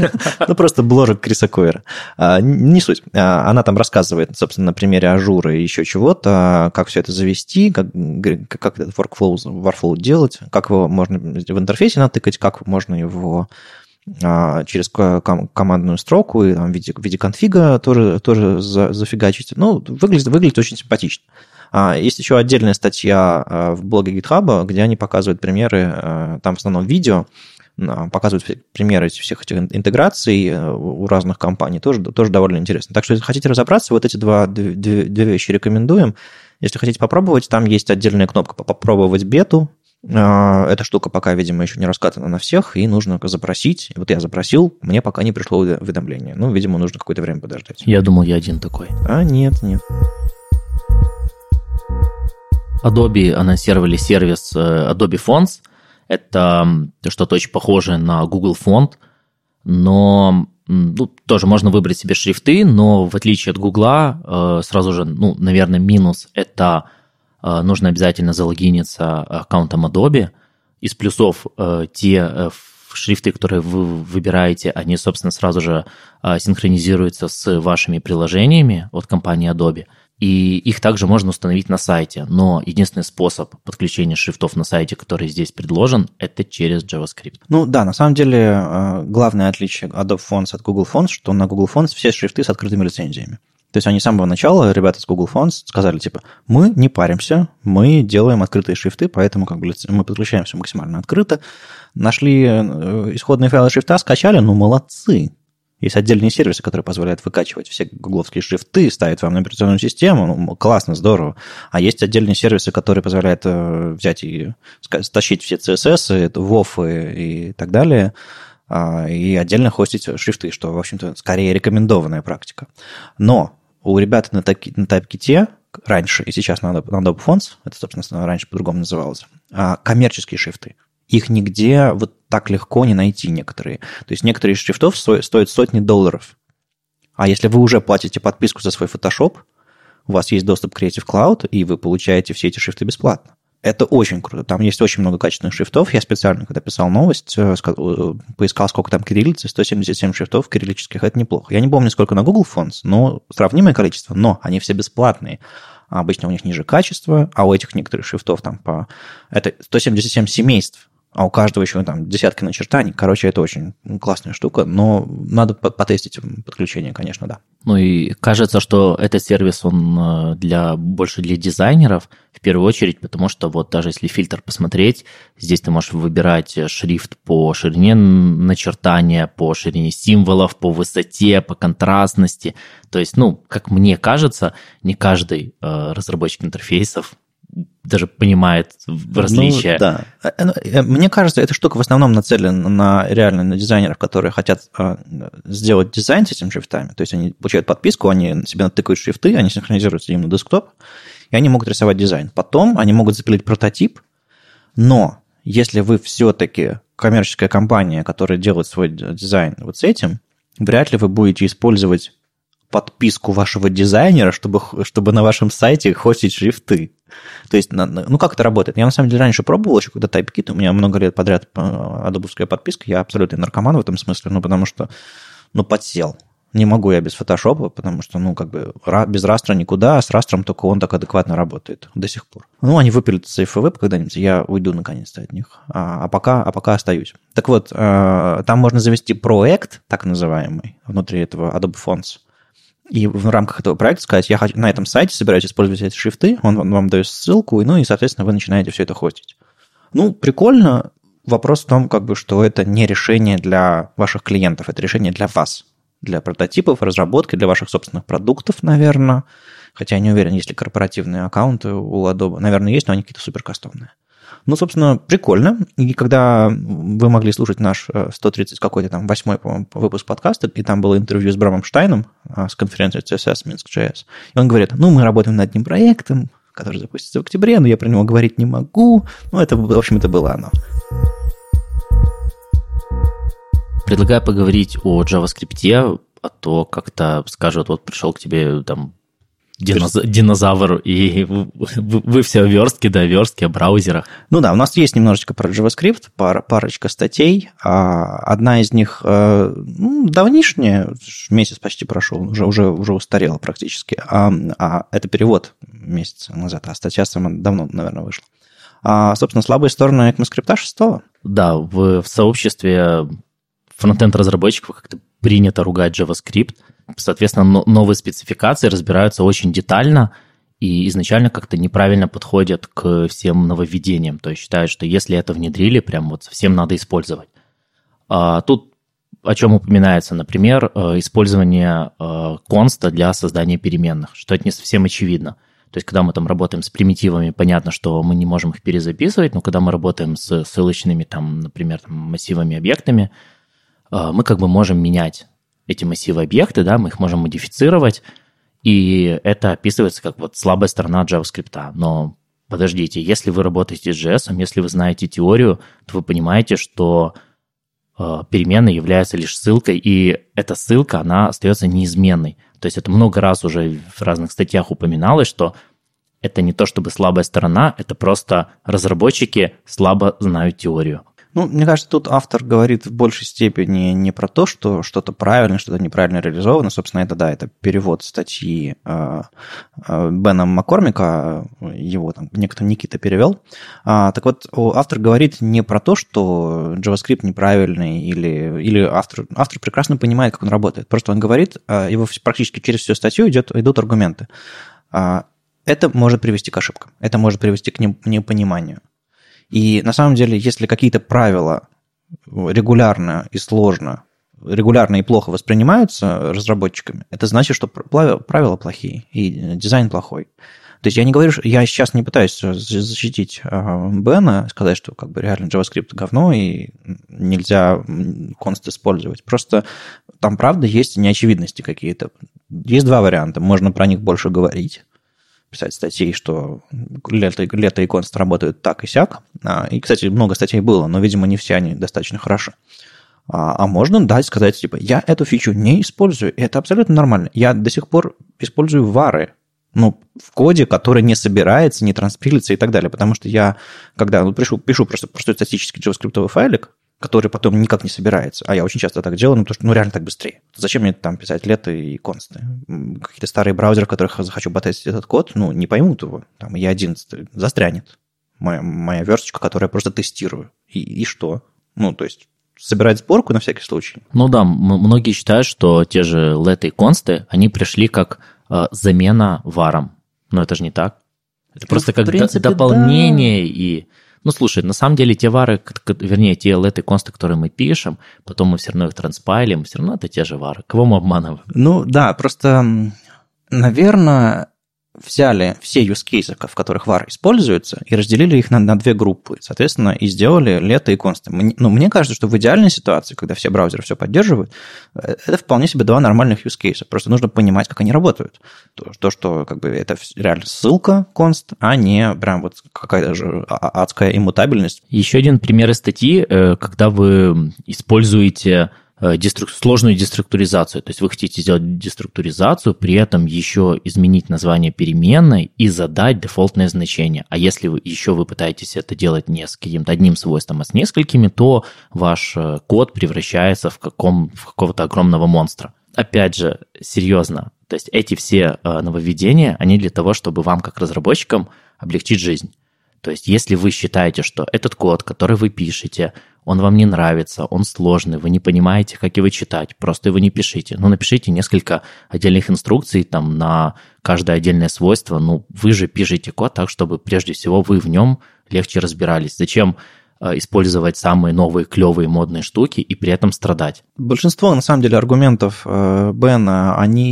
B: бложек Криса Койера. Не суть. Она там рассказывает, собственно, на примере Ажура и еще чего-то, как все это завести, как этот workflow делать, как его можно в интерфейсе натыкать, как можно его через командную строку и там, в виде конфига тоже зафигачить. Выглядит очень симпатично. Есть еще отдельная статья в блоге GitHub, где они показывают примеры, там в основном видео, показывают примеры всех этих интеграций у разных компаний, тоже довольно интересно. Так что, если хотите разобраться, вот эти две вещи рекомендуем. Если хотите попробовать, там есть отдельная кнопка «Попробовать бету». Эта штука пока, видимо, еще не раскатана на всех, и нужно запросить. Вот я запросил, мне пока не пришло уведомление. Видимо, нужно какое-то время подождать.
A: Я думал, я один такой.
B: Нет.
A: Adobe анонсировали сервис Adobe Fonts. Это что-то очень похожее на Google Font, но тоже можно выбрать себе шрифты, но в отличие от Google, сразу же, наверное, минус – это нужно обязательно залогиниться аккаунтом Adobe. Из плюсов те шрифты, которые вы выбираете, они, собственно, сразу же синхронизируются с вашими приложениями от компании Adobe. И их также можно установить на сайте. Но единственный способ подключения шрифтов на сайте, который здесь предложен, это через JavaScript.
B: На самом деле, главное отличие Adobe Fonts от Google Fonts, что на Google Fonts все шрифты с открытыми лицензиями. То есть они с самого начала, ребята с Google Fonts, сказали, мы не паримся, мы делаем открытые шрифты, поэтому мы подключаем все максимально открыто. Нашли исходные файлы шрифта, скачали, молодцы. Есть отдельные сервисы, которые позволяют выкачивать все гугловские шрифты, ставить вам на операционную систему. Ну, классно, здорово. А есть отдельные сервисы, которые позволяют взять и стащить все CSS, WOF и так далее, и отдельно хостить шрифты, что, в общем-то, скорее рекомендованная практика. Но у ребят на TypeKit раньше и сейчас на Adobe Fonts, это, собственно, раньше по-другому называлось, коммерческие шрифты. Их нигде вот так легко не найти некоторые. То есть некоторые из шрифтов стоят сотни долларов. А если вы уже платите подписку за свой Photoshop, у вас есть доступ к Creative Cloud, и вы получаете все эти шрифты бесплатно. Это очень круто. Там есть очень много качественных шрифтов. Я специально, когда писал новость, поискал, сколько там кириллицы, 177 шрифтов кириллических. Это неплохо. Я не помню, сколько на Google Fonts, но сравнимое количество, но они все бесплатные. А обычно у них ниже качество, а у этих некоторых шрифтов там это 177 семейств, а у каждого еще там десятки начертаний. Короче, это очень классная штука, но надо потестить подключение, конечно, да.
A: Ну и кажется, что этот сервис, он больше для дизайнеров в первую очередь, потому что вот даже если фильтр посмотреть, здесь ты можешь выбирать шрифт по ширине начертания, по ширине символов, по высоте, по контрастности. То есть, ну, как мне кажется, не каждый разработчик интерфейсов даже понимает различия.
B: Ну, да. Мне кажется, эта штука в основном нацелена реально на дизайнеров, которые хотят сделать дизайн с этими шрифтами. То есть они получают подписку, они себе натыкают шрифты, они синхронизируются им на десктоп, и они могут рисовать дизайн. Потом они могут запилить прототип, но если вы все-таки коммерческая компания, которая делает свой дизайн вот с этим, вряд ли вы будете использовать подписку вашего дизайнера, чтобы на вашем сайте хостить шрифты. То есть, ну, как это работает? Я, на самом деле, раньше пробовал еще, когда TypeKit, у меня много лет подряд адобовская подписка, я абсолютно наркоман в этом смысле, ну, потому что, ну, подсел. Не могу я без фотошопа, потому что, ну, как бы, без растра никуда, а с растром только он так адекватно работает до сих пор. Ну, они выпилят CFWeb когда-нибудь, я уйду наконец-то от них, а пока остаюсь. Так вот, там можно завести проект, так называемый, внутри этого Adobe Fonts, и в рамках этого проекта сказать, я на этом сайте собираюсь использовать эти шрифты, он вам дает ссылку, ну и, соответственно, вы начинаете все это хостить. Ну, прикольно. Вопрос в том, как бы, что это не решение для ваших клиентов, это решение для вас, для прототипов, разработки, для ваших собственных продуктов, наверное. Хотя я не уверен, есть ли корпоративные аккаунты у Adobe. Наверное, есть, но они какие-то супер кастомные. Ну, собственно, прикольно. И когда вы могли слушать наш 130 какой-то там 8-й, по-моему, выпуск подкаста, и там было интервью с Брамом Штайном с конференции CSS Minsk.js, и он говорит, ну, мы работаем над одним проектом, который запустится в октябре, но я про него говорить не могу. Ну, это, в общем, это было оно.
A: Предлагаю поговорить о JavaScript, а то как-то скажут, вот пришел к тебе там динозавр, и вы все о верстке, да, верстке, о браузерах. Ну да,
B: у нас есть немножечко про JavaScript, парочка статей. Одна из них давнишняя, месяц почти прошел, уже устарела практически. Это перевод месяца назад, а статья сама давно, наверное, вышла. Собственно, слабые стороны ECMAScript 6.
A: Да, в сообществе фронтенд-разработчиков как-то принято ругать JavaScript. Соответственно, новые спецификации разбираются очень детально и изначально как-то неправильно подходят к всем нововведениям. То есть считают, что если это внедрили, прям вот совсем надо использовать. Тут о чем упоминается, например, использование конста для создания переменных, что это не совсем очевидно. То есть, когда мы там работаем с примитивами, понятно, что мы не можем их перезаписывать, но когда мы работаем с ссылочными, там, например, массивами, объектами, мы как бы можем менять эти массивы объекты, да, мы их можем модифицировать, и это описывается как вот слабая сторона JavaScript. Но подождите, если вы работаете с JS, если вы знаете теорию, то вы понимаете, что переменная является лишь ссылкой, и эта ссылка, она остается неизменной. То есть это много раз уже в разных статьях упоминалось, что это не то чтобы слабая сторона, это просто разработчики слабо знают теорию.
B: Ну, мне кажется, тут автор говорит в большей степени не про то, что что-то правильно, что-то неправильно реализовано. Собственно, это перевод статьи Бена Маккормика, его там некто Никита перевел. Так вот, автор говорит не про то, что JavaScript неправильный, или автор прекрасно понимает, как он работает. Просто он говорит, его практически через всю статью идут аргументы. Это может привести к ошибкам, это может привести к непониманию. И на самом деле, если какие-то правила регулярно и сложно регулярно и плохо воспринимаются разработчиками, это значит, что правила плохие и дизайн плохой. То есть я не говорю, что я сейчас не пытаюсь защитить Бена, сказать, что как бы реально JavaScript говно и нельзя конст использовать. Просто там, правда, есть неочевидности какие-то. Есть два варианта. Можно про них больше говорить, писать статьи, что лето и конст работают так и сяк. И, кстати, много статей было, но, видимо, не все они достаточно хороши. А можно дать, сказать, типа, я эту фичу не использую, и это абсолютно нормально. Я до сих пор использую вары, в коде, который не собирается, не транспилится и так далее. Потому что я, когда пишу просто простой статический JavaScript файлик, который потом никак не собирается, а я очень часто так делаю, потому что реально так быстрее. Зачем мне там писать лето и консты? Какие-то старые браузеры, в которых я захочу потестить этот код, не поймут его. Там E11 застрянет. Моя версточка, которую я просто тестирую. И что? То есть собирать сборку на всякий случай.
A: Многие считают, что те же лето и консты, они пришли как замена варам. Но это же не так. Это просто как дополнение. Да. И... слушай, на самом деле те вары, вернее, те леты и консты, которые мы пишем, потом мы все равно их транспайлим, все равно это те же вары. Кого мы обманываем?
B: Да, просто, наверное, взяли все use cases, в которых var используются, и разделили их на две группы, соответственно, и сделали лето и консты. Мне кажется, что в идеальной ситуации, когда все браузеры все поддерживают, это вполне себе два нормальных use cases. Просто нужно понимать, как они работают. То, что как бы это реально ссылка const, а не прям вот какая-то же адская иммутабельность.
A: Еще один пример из статьи, когда вы используете сложную деструктуризацию. То есть вы хотите сделать деструктуризацию, при этом еще изменить название переменной и задать дефолтное значение. А если вы пытаетесь это делать не с каким-то одним свойством, а с несколькими, то ваш код превращается в какого-то огромного монстра. Опять же, серьезно, то есть эти все нововведения, они для того, чтобы вам, как разработчикам, облегчить жизнь. То есть если вы считаете, что этот код, который вы пишете, он вам не нравится, он сложный, вы не понимаете, как его читать, просто его не пишите. Напишите несколько отдельных инструкций там на каждое отдельное свойство. Вы же пишете код так, чтобы прежде всего вы в нем легче разбирались. Зачем использовать самые новые, клевые, модные штуки и при этом страдать?
B: Большинство, на самом деле, аргументов Бена,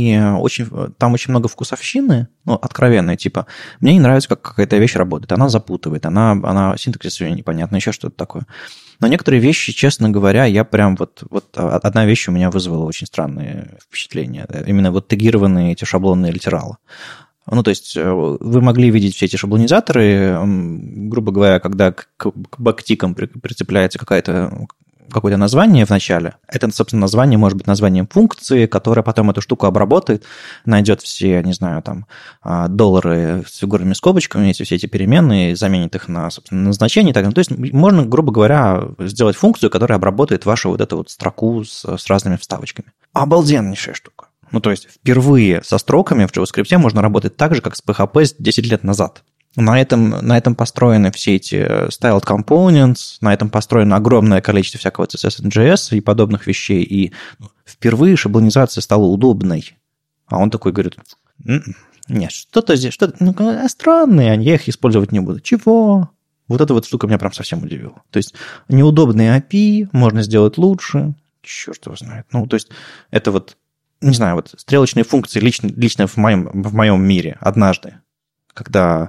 B: там очень много вкусовщины, откровенной, типа, мне не нравится, как какая-то вещь работает, она запутывает, она синтаксис ее непонятно, еще что-то такое. Но некоторые вещи, честно говоря, я прям одна вещь у меня вызвала очень странные впечатления. Именно тегированные эти шаблонные литералы. То есть вы могли видеть все эти шаблонизаторы, грубо говоря, когда к бэктикам прицепляется какое-то название в начале. Это, собственно, название может быть названием функции, которая потом эту штуку обработает, найдет все, не знаю, там, доллары с фигурными скобочками, все эти переменные, заменит их на, собственно, назначение и так далее. То есть можно, грубо говоря, сделать функцию, которая обработает вашу эту строку с разными вставочками. Обалденнейшая штука. То есть впервые со строками в JavaScript можно работать так же, как с PHP 10 лет назад. На этом построены все эти styled components, на этом построено огромное количество всякого CSS and JS и подобных вещей. И впервые шаблонизация стала удобной. А он такой говорит, нет, что-то здесь, странные, я их использовать не буду. Чего? Вот эта штука меня прям совсем удивила. То есть неудобные API можно сделать лучше. Черт его знает. То есть это не знаю, стрелочные функции лично в моем мире однажды, когда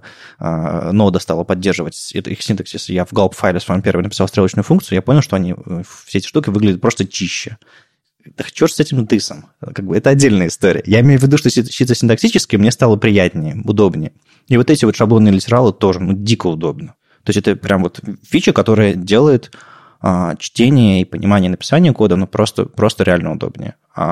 B: нода стала поддерживать их синтаксис, я в gulp файле своем первый написал стрелочную функцию, я понял, что все эти штуки выглядят просто чище. Так черт с этим дысом. Это отдельная история. Я имею в виду, что чисто синтаксически мне стало приятнее, удобнее. И эти шаблонные литералы тоже дико удобно. То есть это прям фича, которая делает чтение и понимание написания кода, просто реально удобнее.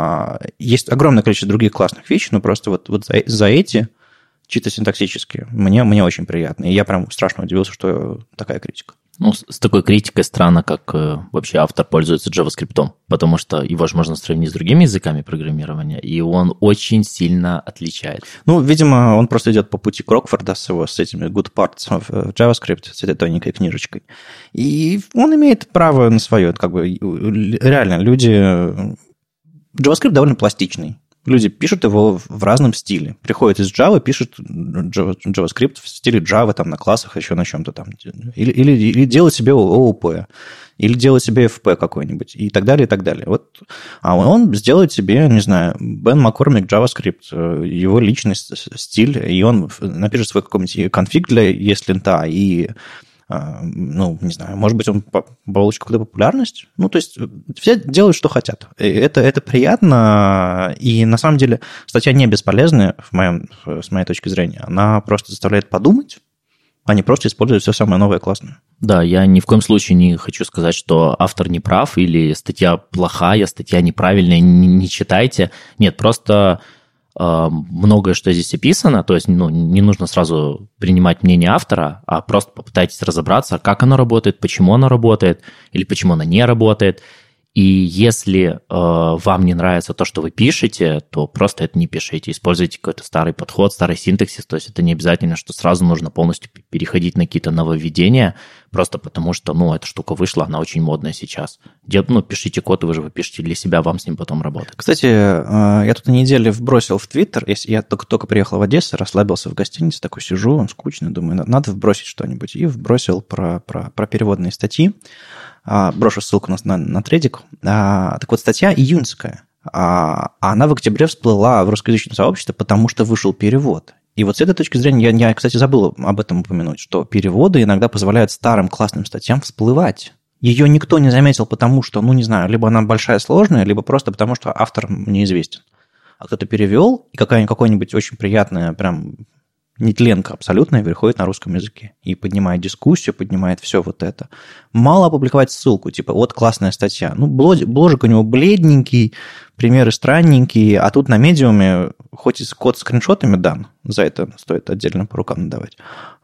B: Есть огромное количество других классных фич, но просто за эти, чисто синтаксически, мне очень приятно. И я прям страшно удивился, что такая критика.
A: С такой критикой странно, как вообще автор пользуется JavaScript, потому что его же можно сравнить с другими языками программирования, и он очень сильно отличается.
B: Видимо, он просто идет по пути Крокфорда с этими good parts of JavaScript, с этой тоненькой книжечкой. И он имеет право на свое. Реально, JavaScript довольно пластичный. Люди пишут его в разном стиле. Приходят из Java, пишут JavaScript в стиле Java, там, на классах, еще на чем-то там. Или делают себе ООП, или делают себе FP какой-нибудь, и так далее, и так далее. Вот. А он сделает себе, не знаю, Бен Маккормик JavaScript, его личный стиль, и он напишет свой какой-нибудь конфиг для ESLint, и ну, не знаю, может быть, он получит какую-то популярность. Ну, то есть все делают, что хотят. Это приятно, и на самом деле статья не бесполезная, с моей точки зрения. Она просто заставляет подумать, а не просто использовать все самое новое классное.
A: Да, я ни в коем случае не хочу сказать, что автор не прав или статья плохая, статья неправильная, не читайте. Нет, просто многое, что здесь описано, то есть не нужно сразу принимать мнение автора, а просто попытайтесь разобраться, как оно работает, почему оно работает или почему оно не работает. И если вам не нравится то, что вы пишете, то просто это не пишите. Используйте какой-то старый подход, старый синтаксис. То есть это не обязательно, что сразу нужно полностью переходить на какие-то нововведения, просто потому что, эта штука вышла, она очень модная сейчас. Пишите код, и вы же пишете для себя, вам с ним потом работать.
B: Кстати, я тут на неделе вбросил в Твиттер, я только приехал в Одессу, расслабился в гостинице, такой сижу, он скучный, думаю, надо вбросить что-нибудь. И вбросил про переводные статьи. Брошу ссылку на тредик. Так вот, статья июньская. Она в октябре всплыла в русскоязычном сообществе, потому что вышел перевод. И вот с этой точки зрения, я, кстати, забыл об этом упомянуть, что переводы иногда позволяют старым классным статьям всплывать. Ее никто не заметил, потому что, не знаю, либо она большая, сложная, либо просто потому, что автор неизвестен. А кто-то перевел, и какая-нибудь очень приятная, прям нетленка абсолютная переходит на русском языке и поднимает дискуссию, поднимает все вот это. Мало опубликовать ссылку, типа, вот классная статья. Бложик у него бледненький, примеры странненькие, а тут на медиуме хоть и код с скриншотами дан, за это стоит отдельно по рукам надавать,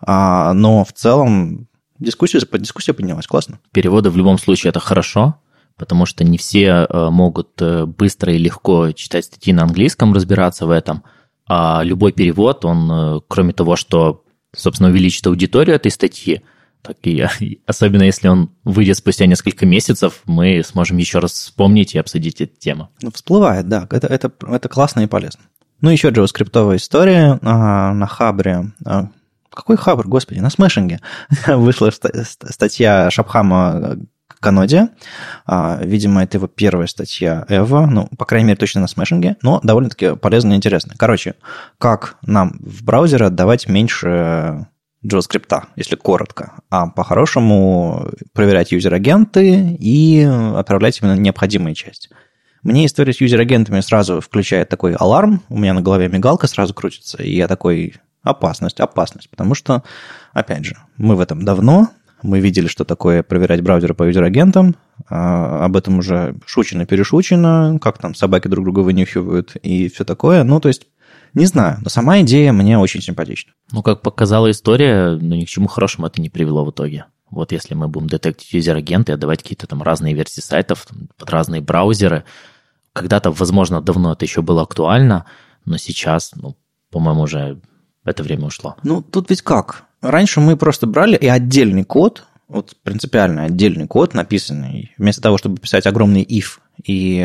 B: но в целом дискуссия поднялась, классно.
A: Переводы в любом случае это хорошо, потому что не все могут быстро и легко читать статьи на английском, разбираться в этом. А любой перевод, он, кроме того, что, собственно, увеличит аудиторию этой статьи, так и особенно если он выйдет спустя несколько месяцев, мы сможем еще раз вспомнить и обсудить эту тему.
B: Всплывает, да, это классно и полезно. Еще JavaScript-овая история на Хабре. Какой Хабр, господи, на Смешинге вышла статья Шабхама Каноде. Видимо, это его первая статья Эва, по крайней мере, точно на Смешинге, но довольно-таки полезно и интересно. Короче, как нам в браузере отдавать меньше JavaScript, если коротко, а по-хорошему проверять юзер-агенты и отправлять именно необходимые части. Мне история с юзер-агентами сразу включает такой аларм, у меня на голове мигалка сразу крутится, и я такой, опасность, потому что, опять же, мы в этом давно. Мы видели, что такое проверять браузеры по юзер-агентам. Об этом уже шучено-перешучено, как там собаки друг друга вынюхивают и все такое. То есть, не знаю, но сама идея мне очень симпатична.
A: Как показала история, ни к чему хорошему это не привело в итоге. Вот если мы будем детектить юзер-агенты и отдавать какие-то там разные версии сайтов под разные браузеры, когда-то, возможно, давно это еще было актуально, но сейчас, по-моему, уже это время ушло.
B: Тут ведь как? Раньше мы просто брали и отдельный код, вот принципиально отдельный код, написанный, вместо того, чтобы писать огромный if и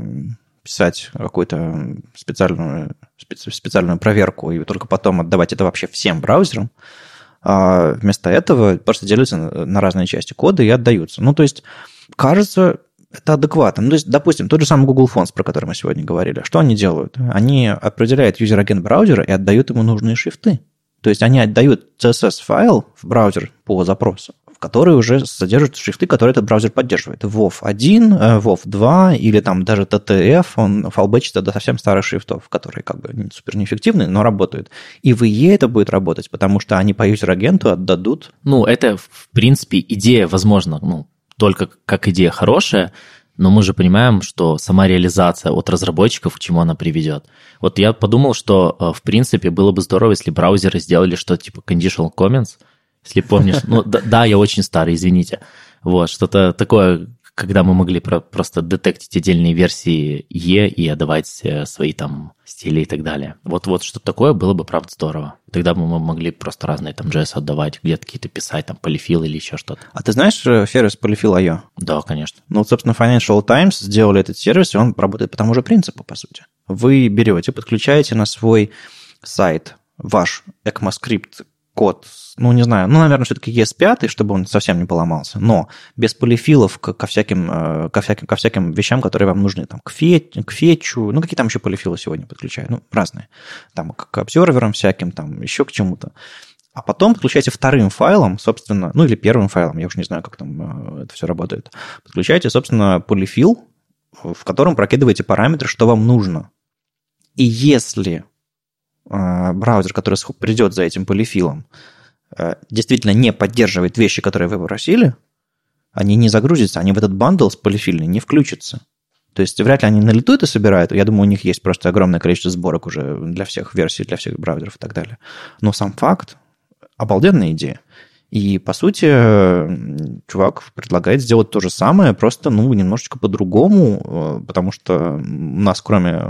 B: писать какую-то специальную проверку и только потом отдавать это вообще всем браузерам, вместо этого просто делятся на разные части кода и отдаются. То есть, кажется, это адекватно. То есть, допустим, тот же самый Google Fonts, про который мы сегодня говорили. Что они делают? Они определяют юзер-агент браузера и отдают ему нужные шрифты. То есть, они отдают CSS-файл в браузер по запросу, в который уже содержит шрифты, которые этот браузер поддерживает. WoW1, WoW2 или там даже TTF, он фалбечит до совсем старых шрифтов, которые как бы супер неэффективны, но работают. И в IE это будет работать, потому что они по юзер-агенту отдадут.
A: Это, в принципе, идея, возможно, только как идея хорошая, но мы же понимаем, что сама реализация от разработчиков, к чему она приведет. Вот я подумал, что, в принципе, было бы здорово, если браузеры сделали что-то типа conditional comments, если помнишь. Да, я очень старый, извините. Вот, что-то такое, когда мы могли просто детектить отдельные версии E и отдавать свои там стили и так далее. Вот что-то такое было бы, правда, здорово. Тогда мы могли просто разные там JS отдавать, где-то какие-то писать, там, Polyfill или еще что-то.
B: А ты знаешь сервис Polyfill.io?
A: Да, конечно.
B: Ну, собственно, Financial Times сделали этот сервис, и он работает по тому же принципу, по сути. Вы берете, подключаете на свой сайт ваш ECMAScript код, ну, не знаю, наверное, все-таки ES5, чтобы он совсем не поломался, но без полифилов ко всяким вещам, которые вам нужны, там, к фетчу, ну, какие там еще полифилы сегодня подключают, ну, разные, там, к обсерверам всяким, там, еще к чему-то. А потом подключайте вторым файлом, собственно, ну, или первым файлом, я уж не знаю, как там это все работает, подключайте, собственно, полифил, в котором прокидываете параметры, что вам нужно. И если браузер, который придет за этим полифилом, действительно не поддерживает вещи, которые вы попросили, они не загрузятся, они в этот бандл с полифильный не включатся. То есть вряд ли они на лету это собирают. Я думаю, у них есть просто огромное количество сборок уже для всех версий, для всех браузеров и так далее. Но сам факт – обалденная идея. И, по сути, чувак предлагает сделать то же самое, просто, ну, немножечко по-другому, потому что у нас,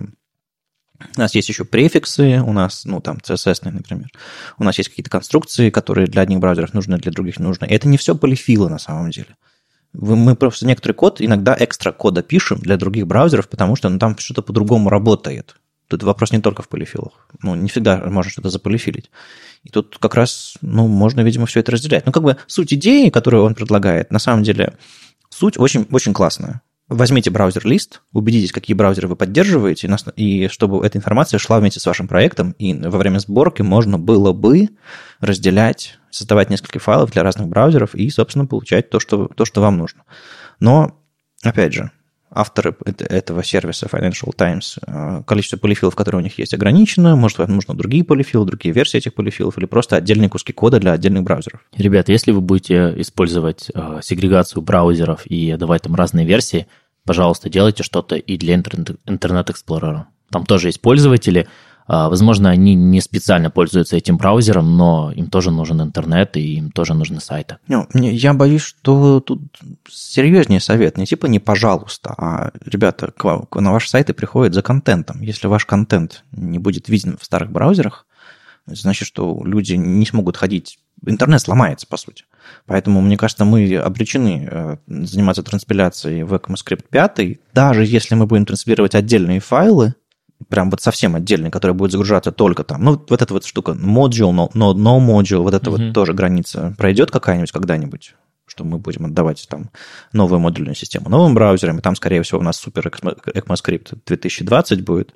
B: у нас есть еще префиксы, у нас, ну, там, CSS, например. У нас есть какие-то конструкции, которые для одних браузеров нужны, для других не нужны. И это не все полифилы на самом деле. Мы просто некоторый код иногда экстра кода пишем для других браузеров, потому что там что-то по-другому работает. Тут вопрос не только в полифилах. Ну, не всегда можно что-то заполифилить. И тут как раз, ну, можно, видимо, все это разделять. Ну, как бы суть идеи, которую он предлагает, на самом деле, суть очень, очень классная. Возьмите браузер-лист, убедитесь, какие браузеры вы поддерживаете, и чтобы эта информация шла вместе с вашим проектом, и во время сборки можно было бы разделять, создавать несколько файлов для разных браузеров и, собственно, получать то, что вам нужно. Но, опять же, авторы этого сервиса Financial Times, количество полифилов, которые у них есть, ограничено. Может, вам нужны другие полифилы, другие версии этих полифилов, или просто отдельные куски кода для отдельных браузеров.
A: Ребята, если вы будете использовать сегрегацию браузеров и давать там разные версии, пожалуйста, делайте что-то и для Internet Explorer. Там тоже есть пользователи. Возможно, они не специально пользуются этим браузером, но им тоже нужен интернет, и им тоже нужны сайты.
B: Я боюсь, что тут серьезнее совет. Не пожалуйста, а, ребята, на ваши сайты приходят за контентом. Если ваш контент не будет виден в старых браузерах, значит, что люди не смогут ходить. Интернет сломается, по сути. Поэтому, мне кажется, мы обречены заниматься транспиляцией в ECMAScript 5, даже если мы будем транспилировать отдельные файлы, прям вот совсем отдельные, которые будут загружаться только там. Ну, вот эта вот штука, module, no module, вот эта вот тоже граница пройдет какая-нибудь когда-нибудь, что мы будем отдавать там новую модульную систему новым браузерам, и там, скорее всего, у нас супер ECMAScript 2020 будет,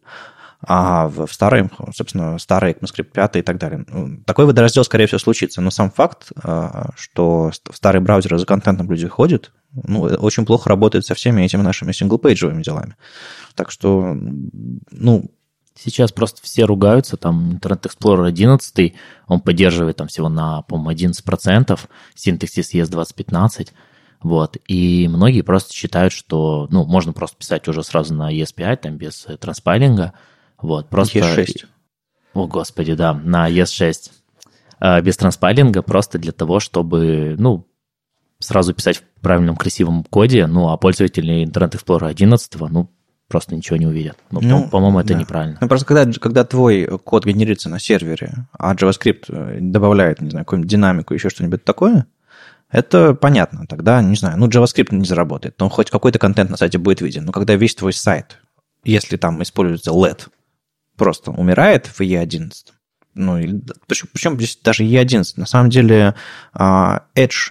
B: а в старый ECMAScript 5 и так далее. Такой водораздел, скорее всего, случится. Но сам факт, что в старые браузеры за контентом люди ходят, ну, очень плохо работает со всеми этими нашими синглпейджевыми делами. Так что, ну...
A: Сейчас просто все ругаются, там Internet Explorer 11, он поддерживает там всего на, по-моему, 11%, синтаксис ES2015, вот, и многие просто считают, что, ну, можно просто писать уже сразу на ES5, там, без транспайлинга, вот, просто...
B: ES6.
A: О, господи, да, на ES6. Без транспайлинга просто для того, чтобы, ну, сразу писать в правильном красивом коде, ну, а пользователи Internet Explorer 11, ну, просто ничего не увидят. Ну, по-моему, это неправильно.
B: Ну, просто когда твой код генерится на сервере, а JavaScript добавляет, не знаю, какую-нибудь динамику, еще что-нибудь такое, это понятно. Тогда, не знаю, ну, JavaScript не заработает, но хоть какой-то контент на сайте будет виден. Но когда весь твой сайт, если там используется LED, просто умирает в E11, ну, причем здесь даже E11, на самом деле Edge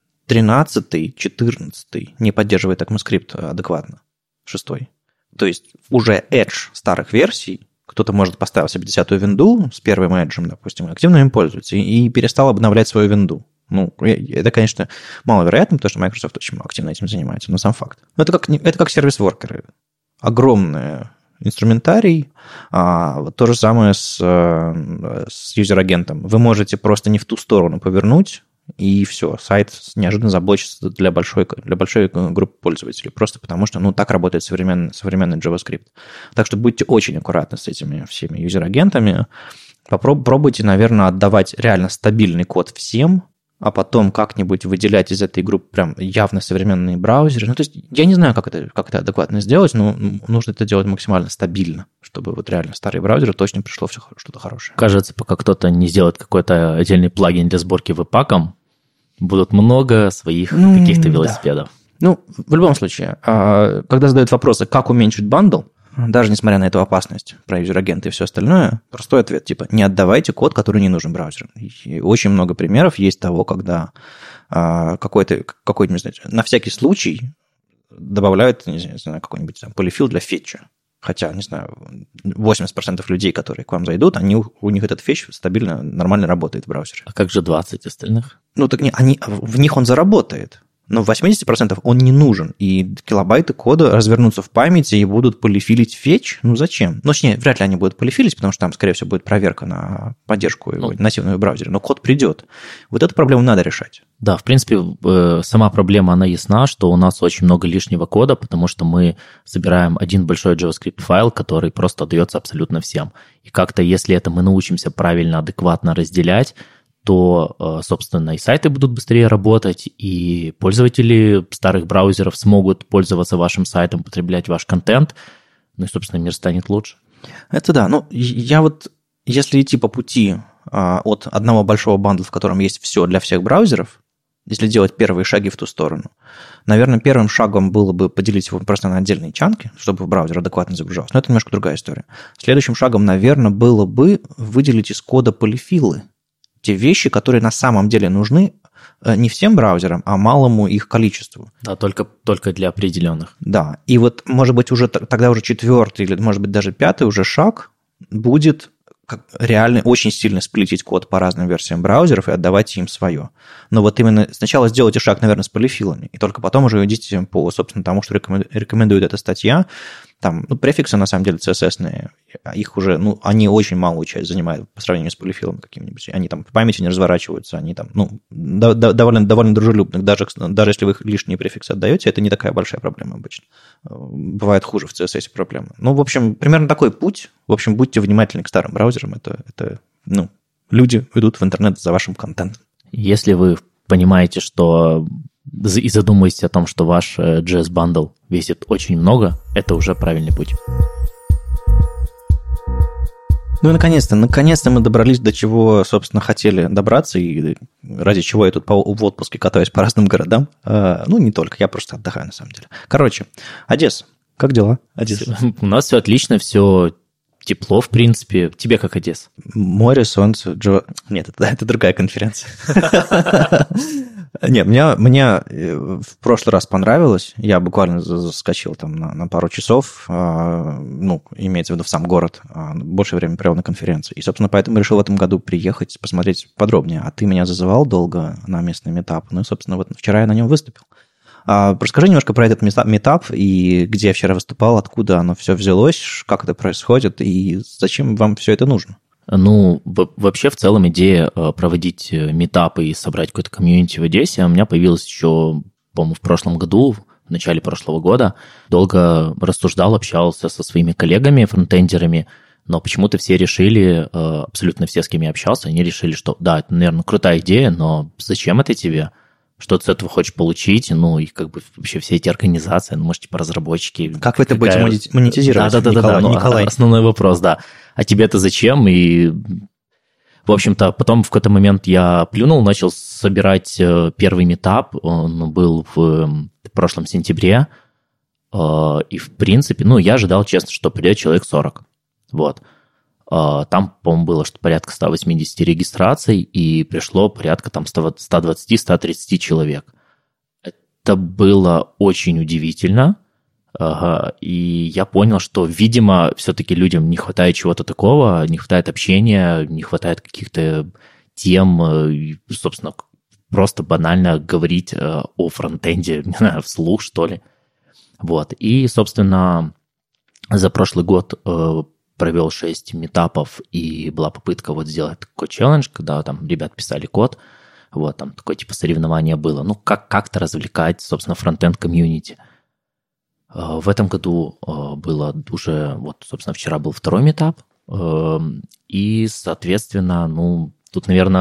B: 13, 14 не поддерживает ECMAScript адекватно, 6. То есть уже Edge старых версий, кто-то, может, поставил себе 10-ю винду с первым Edge, допустим, активно им пользуется и перестал обновлять свою винду. Ну, это, конечно, маловероятно, потому что Microsoft очень активно этим занимается, но сам факт. Но это как сервис-воркеры. Огромный инструментарий. То же самое с юзер-агентом. Вы можете просто не в ту сторону повернуть, и все, сайт неожиданно заблочится для большой группы пользователей, просто потому что, ну, так работает современный JavaScript. Так что будьте очень аккуратны с этими всеми юзер-агентами. Попробуйте, наверное, отдавать реально стабильный код всем, а потом как-нибудь выделять из этой группы прям явно современные браузеры. Ну, то есть я не знаю, как это адекватно сделать, но нужно это делать максимально стабильно, чтобы вот реально старые браузеры точно пришло все что-то хорошее.
A: Кажется, пока кто-то не сделает какой-то отдельный плагин для сборки веб-паком, будут много своих каких-то велосипедов.
B: Да. Ну, в любом случае, когда задают вопросы, как уменьшить бандл, даже несмотря на эту опасность про юзер-агенты и все остальное, простой ответ, типа, не отдавайте код, который не нужен браузеру. И очень много примеров есть того, когда какой-то, не знаю, на всякий случай добавляют, не знаю, какой-нибудь там полифил для фетча. Хотя, не знаю, 80% людей, которые к вам зайдут, у них этот фетч стабильно, нормально работает в браузере.
A: А как же 20 остальных?
B: Ну, так в них он заработает. Но в 80% он не нужен, и килобайты кода развернутся в памяти и будут полифилить фетч. Ну, зачем? Ну, точнее, вряд ли они будут полифилить, потому что там, скорее всего, будет проверка на поддержку нативного браузера, но код придет. Вот эту проблему надо решать.
A: Да, в принципе, сама проблема, она ясна, что у нас очень много лишнего кода, потому что мы собираем один большой JavaScript-файл, который просто отдается абсолютно всем. И как-то, если это мы научимся правильно, адекватно разделять, то, собственно, и сайты будут быстрее работать, и пользователи старых браузеров смогут пользоваться вашим сайтом, потреблять ваш контент, ну и, собственно, мир станет лучше.
B: Это да. Ну, я вот, если идти по пути от одного большого бандла, в котором есть все для всех браузеров, если делать первые шаги в ту сторону, наверное, первым шагом было бы поделить его просто на отдельные чанки, чтобы браузер адекватно загружался. Но это немножко другая история. Следующим шагом, наверное, было бы выделить из кода полифилы. Те вещи, которые на самом деле нужны не всем браузерам, а малому их количеству.
A: Да, только для определенных.
B: Да, и вот, может быть, уже тогда уже 4-й или, может быть, даже 5-й уже шаг будет реально очень сильно сплитить код по разным версиям браузеров и отдавать им свое. Но вот именно сначала сделайте шаг, наверное, с полифилами, и только потом уже идите по, собственно, тому, что рекомендует эта статья. Там, префиксы, на самом деле, CSS-ные, их уже, они очень малую часть занимают по сравнению с полифилом каким-нибудь. Они там в памяти не разворачиваются, они там, довольно дружелюбны. Даже если вы их лишние префиксы отдаете, это не такая большая проблема обычно. Бывает хуже в CSS проблемы. В общем, примерно такой путь. В общем, будьте внимательны к старым браузерам. Это люди идут в интернет за вашим контентом.
A: Если вы понимаете, что и задумаетесь о том, что ваш JS-бандл весит очень много, это уже правильный путь.
B: Ну и наконец-то мы добрались до чего, собственно, хотели добраться, и ради чего я тут в отпуске катаюсь по разным городам. Не только, я просто отдыхаю, на самом деле. Короче, Одесса. Как дела, Одесса?
A: У нас все отлично, все тепло, в принципе. Тебе как, Одесса?
B: Море, солнце, Нет, это другая конференция. Нет, мне в прошлый раз понравилось. Я буквально заскочил там на пару часов, имеется в виду в сам город, больше времени провел на конференции. И, собственно, поэтому решил в этом году приехать, посмотреть подробнее. А ты меня зазывал долго на местный митап. Ну и, собственно, вот вчера я на нем выступил. Расскажи немножко про этот митап, и где я вчера выступал, откуда оно все взялось, как это происходит, и зачем вам все это нужно?
A: Вообще, в целом, идея проводить митапы и собрать какой-то комьюнити в Одессе у меня появилась еще, по-моему, в прошлом году, в начале прошлого года. Долго рассуждал, общался со своими коллегами, фронтендерами, но почему-то все решили, абсолютно все, с кем я общался, они решили, что да, это, наверное, крутая идея, но зачем это тебе? Что ты с этого хочешь получить, и как бы вообще все эти организации, может, типа разработчики.
B: Как вы это будете монетизировать?
A: Да, Николай. Основной вопрос, да. А тебе-то зачем? И, в общем-то, потом в какой-то момент я плюнул, начал собирать первый митап, он был в прошлом сентябре, и, в принципе, я ожидал, честно, что придет человек 40, вот. Там, по-моему, было что порядка 180 регистраций, и пришло порядка там 120-130 человек. Это было очень удивительно, и я понял, что, видимо, все-таки людям не хватает чего-то такого, не хватает общения, не хватает каких-то тем, собственно, просто банально говорить о фронтенде, не знаю, вслух, что ли. Вот, и, собственно, за прошлый год провел 6 митапов, и была попытка сделать такой челлендж, когда там ребят писали код, там такое типа соревнование было. Как-то развлекать, собственно, фронтенд-комьюнити. В этом году было уже, собственно, вчера был второй митап, и, соответственно, тут, наверное,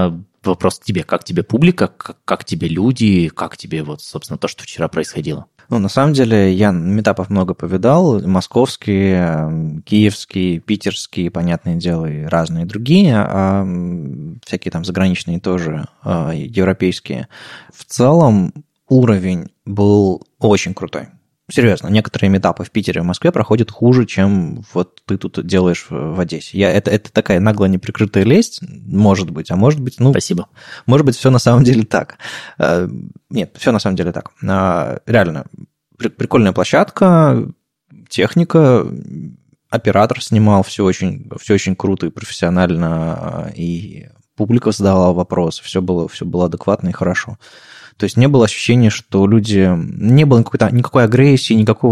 A: вопрос к тебе. Как тебе публика, как тебе люди, как тебе вот, собственно, то, что вчера происходило?
B: Ну, на самом деле, я метапов много повидал. Московские, киевские, питерские, понятное дело, и разные другие, а всякие там заграничные тоже, европейские. В целом уровень был очень крутой. Серьезно, некоторые метапы в Питере и в Москве проходят хуже, чем вот ты тут делаешь в Одессе. Это такая нагло неприкрытая лесть, может быть, а может быть,
A: Спасибо.
B: Может быть, все на самом деле так. Нет, все на самом деле так. Реально, прикольная площадка, техника, оператор снимал все очень круто и профессионально, и публика задавала вопросы, все было адекватно и хорошо. То есть не было ощущения, что люди... Не было никакой агрессии, никто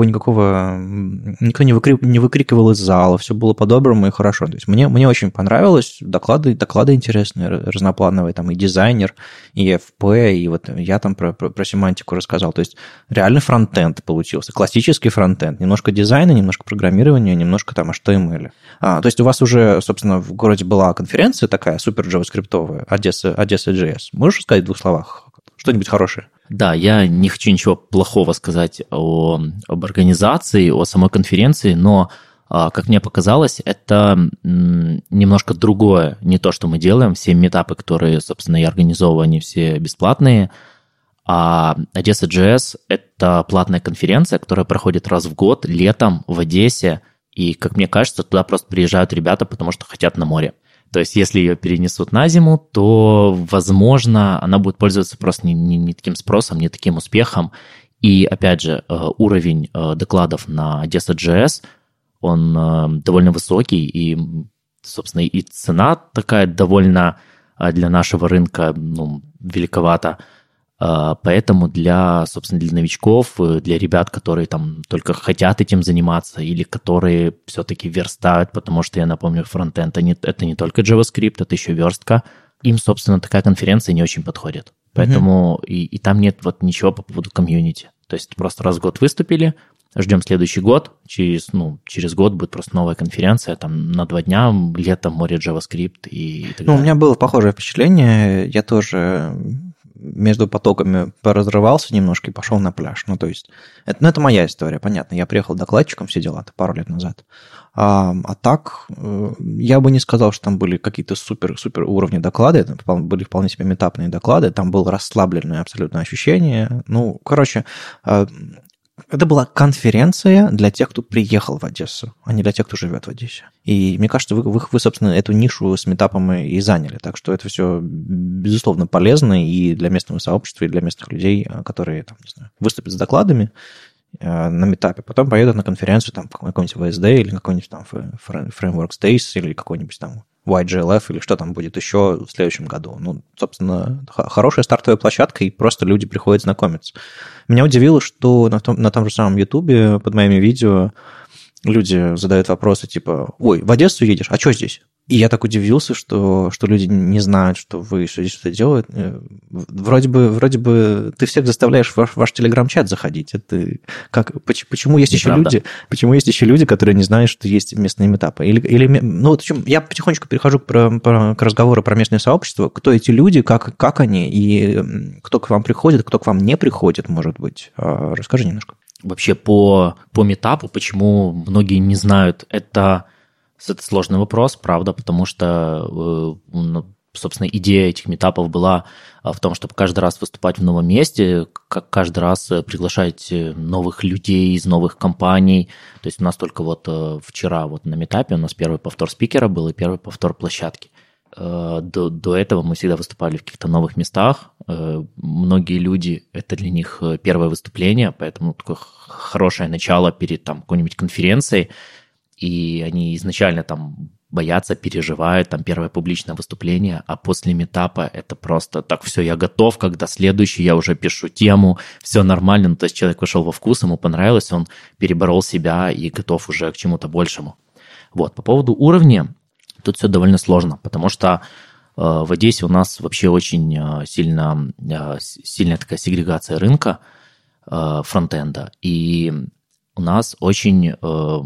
B: не выкрикивал из зала, все было по-доброму и хорошо. То есть мне очень понравилось, доклады интересные, разноплановые, там и дизайнер, и FP, и вот я там про семантику рассказал. То есть реальный фронтенд получился, классический фронтенд, немножко дизайна, немножко программирования, немножко там HTML. То есть у вас уже, собственно, в городе была конференция такая, супер джаваскриптовая, Одесса.js. Можешь сказать в 2 словах? Что-нибудь хорошее.
A: Да, я не хочу ничего плохого сказать об организации, о самой конференции, но, как мне показалось, это немножко другое, не то, что мы делаем. Все митапы, которые, собственно, я организовываю, они все бесплатные, а Одесса.js – это платная конференция, которая проходит раз в год, летом в Одессе, и, как мне кажется, туда просто приезжают ребята, потому что хотят на море. То есть, если ее перенесут на зиму, то, возможно, она будет пользоваться просто не таким спросом, не таким успехом. И, опять же, уровень докладов на Одесса.js, он довольно высокий, и, собственно, и цена такая довольно для нашего рынка великовата. Поэтому для новичков, для ребят, которые там только хотят этим заниматься или которые все-таки верстают, потому что, я напомню, фронтенд это не только JavaScript, это еще верстка, им, собственно, такая конференция не очень подходит. Поэтому и там нет вот ничего по поводу комьюнити. То есть просто раз в год выступили, ждем следующий год, через год будет просто новая конференция, там на 2 дня, летом море JavaScript и так далее.
B: У меня было похожее впечатление, я тоже... между потоками поразрывался немножко и пошел на пляж. То есть, это моя история, понятно. Я приехал докладчиком, все дела, это пару лет назад. А так, я бы не сказал, что там были какие-то супер уровни доклады, это были вполне себе метапные доклады, там было расслабленное абсолютно ощущение. Это была конференция для тех, кто приехал в Одессу, а не для тех, кто живет в Одессе. И мне кажется, вы, собственно, эту нишу с митапом и заняли. Так что это все, безусловно, полезно и для местного сообщества, и для местных людей, которые, там, не знаю, выступят с докладами на митапе, потом поедут на конференцию там, какой-нибудь VSD или какой-нибудь там Frameworks Days или какой-нибудь там YGLF или что там будет еще в следующем году. Собственно, хорошая стартовая площадка, и просто люди приходят знакомиться. Меня удивило, что на том же самом Ютубе под моими видео люди задают вопросы типа: «Ой, в Одессу едешь? А что здесь?» И я так удивился, что люди не знают, что вы здесь что-то делаете. Вроде бы ты всех заставляешь в ваш телеграм-чат заходить. Почему есть еще люди, которые не знают, что есть местные митапы? Я потихонечку перехожу к разговору про местное сообщество. Кто эти люди, как они, и кто к вам приходит, кто к вам не приходит, может быть. Расскажи немножко.
A: Вообще по митапу, почему многие не знают, это сложный вопрос, правда, потому что, собственно, идея этих митапов была в том, чтобы каждый раз выступать в новом месте, каждый раз приглашать новых людей из новых компаний. То есть у нас только вчера на митапе у нас первый повтор спикера был и первый повтор площадки. До этого мы всегда выступали в каких-то новых местах. Многие люди, это для них первое выступление, поэтому такое хорошее начало перед какой-нибудь конференцией. И они изначально там боятся, переживают, там первое публичное выступление, а после митапа это просто так: все, я готов, когда следующий, я уже пишу тему, все нормально. То есть человек вошел во вкус, ему понравилось, он переборол себя и готов уже к чему-то большему. По поводу уровня, тут все довольно сложно, потому что в Одессе у нас вообще очень сильная такая сегрегация рынка фронтенда, и у нас очень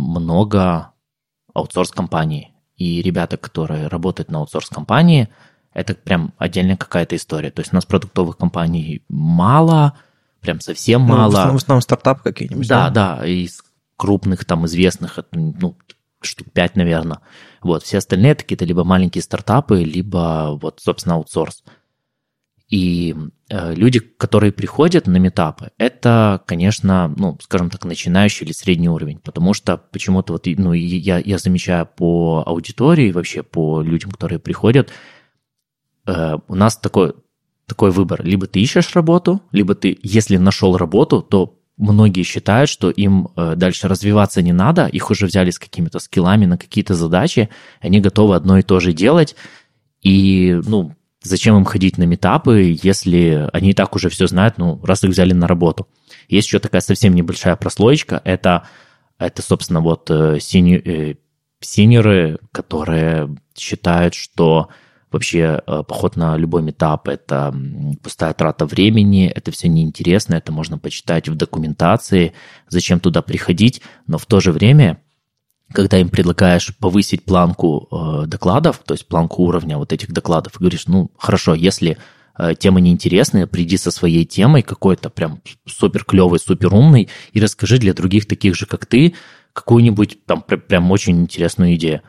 A: много аутсорс-компаний. И ребята, которые работают на аутсорс-компании, это прям отдельная какая-то история. То есть у нас продуктовых компаний мало, прям совсем мало.
B: В основном стартапы какие-нибудь.
A: Да, из крупных, там, известных, штук 5, наверное. Вот, все остальные это какие-то либо маленькие стартапы, либо, вот, собственно, аутсорс. И люди, которые приходят на митапы, это, конечно, скажем так, начинающий или средний уровень, потому что почему-то вот, я замечаю по аудитории, вообще по людям, которые приходят, у нас такой выбор. Либо ты ищешь работу, либо ты, если нашел работу, то многие считают, что им дальше развиваться не надо, их уже взяли с какими-то скиллами на какие-то задачи, они готовы одно и то же делать, и, зачем им ходить на митапы, если они и так уже все знают, раз их взяли на работу. Есть еще такая совсем небольшая прослоечка, это собственно, вот синьоры, которые считают, что вообще поход на любой митап – это пустая трата времени, это все неинтересно, это можно почитать в документации, зачем туда приходить, но в то же время, когда им предлагаешь повысить планку докладов, то есть планку уровня вот этих докладов, и говоришь, хорошо, если тема неинтересная, приди со своей темой какой-то прям супер клевый, супер умный и расскажи для других таких же, как ты, какую-нибудь там прям очень интересную идею.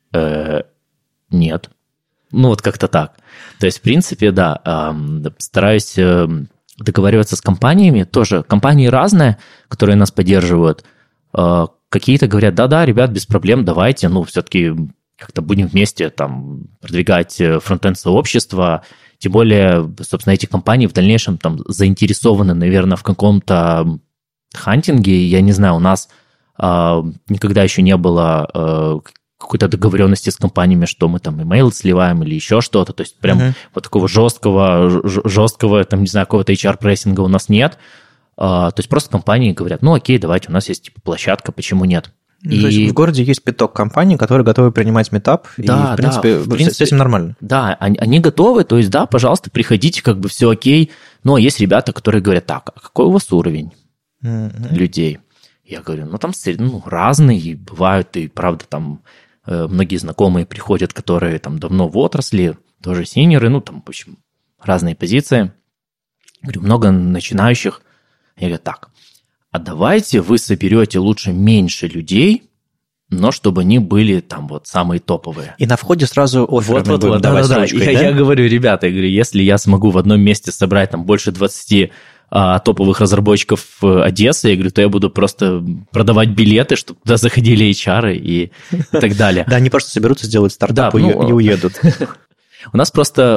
A: Нет. Вот как-то так. То есть, в принципе, да, стараюсь договариваться с компаниями, тоже компании разные, которые нас поддерживают. Какие-то говорят, да, ребят, без проблем, давайте, все-таки как-то будем вместе там продвигать фронтенд-сообщество, тем более, собственно, эти компании в дальнейшем там заинтересованы, наверное, в каком-то хантинге, я не знаю, у нас никогда еще не было какой-то договоренности с компаниями, что мы там имейл сливаем или еще что-то, то есть прям вот такого жесткого, там, не знаю, какого-то HR-прессинга у нас нет. То есть просто компании говорят, окей, давайте, у нас есть площадка, почему нет?
B: То есть в городе есть пяток компаний, которые готовы принимать митап, и, в принципе, с этим нормально.
A: Да, они готовы, то есть, да, пожалуйста, приходите, как бы все окей. Но есть ребята, которые говорят, так, а какой у вас уровень людей? Я говорю, там разные бывают, и правда там многие знакомые приходят, которые там давно в отрасли, тоже синьоры, там, в общем, разные позиции. Говорю, много начинающих. Я говорю, так, а давайте вы соберете лучше меньше людей, но чтобы они были там вот самые топовые.
B: И на входе сразу офферы будем давать с ручкой, да?
A: Я говорю, ребята, если я смогу в одном месте собрать там больше 20 топовых разработчиков Одессы, я говорю, то я буду просто продавать билеты, чтобы туда заходили HR и так далее.
B: Да, они просто соберутся, сделают стартап и уедут.
A: У нас просто,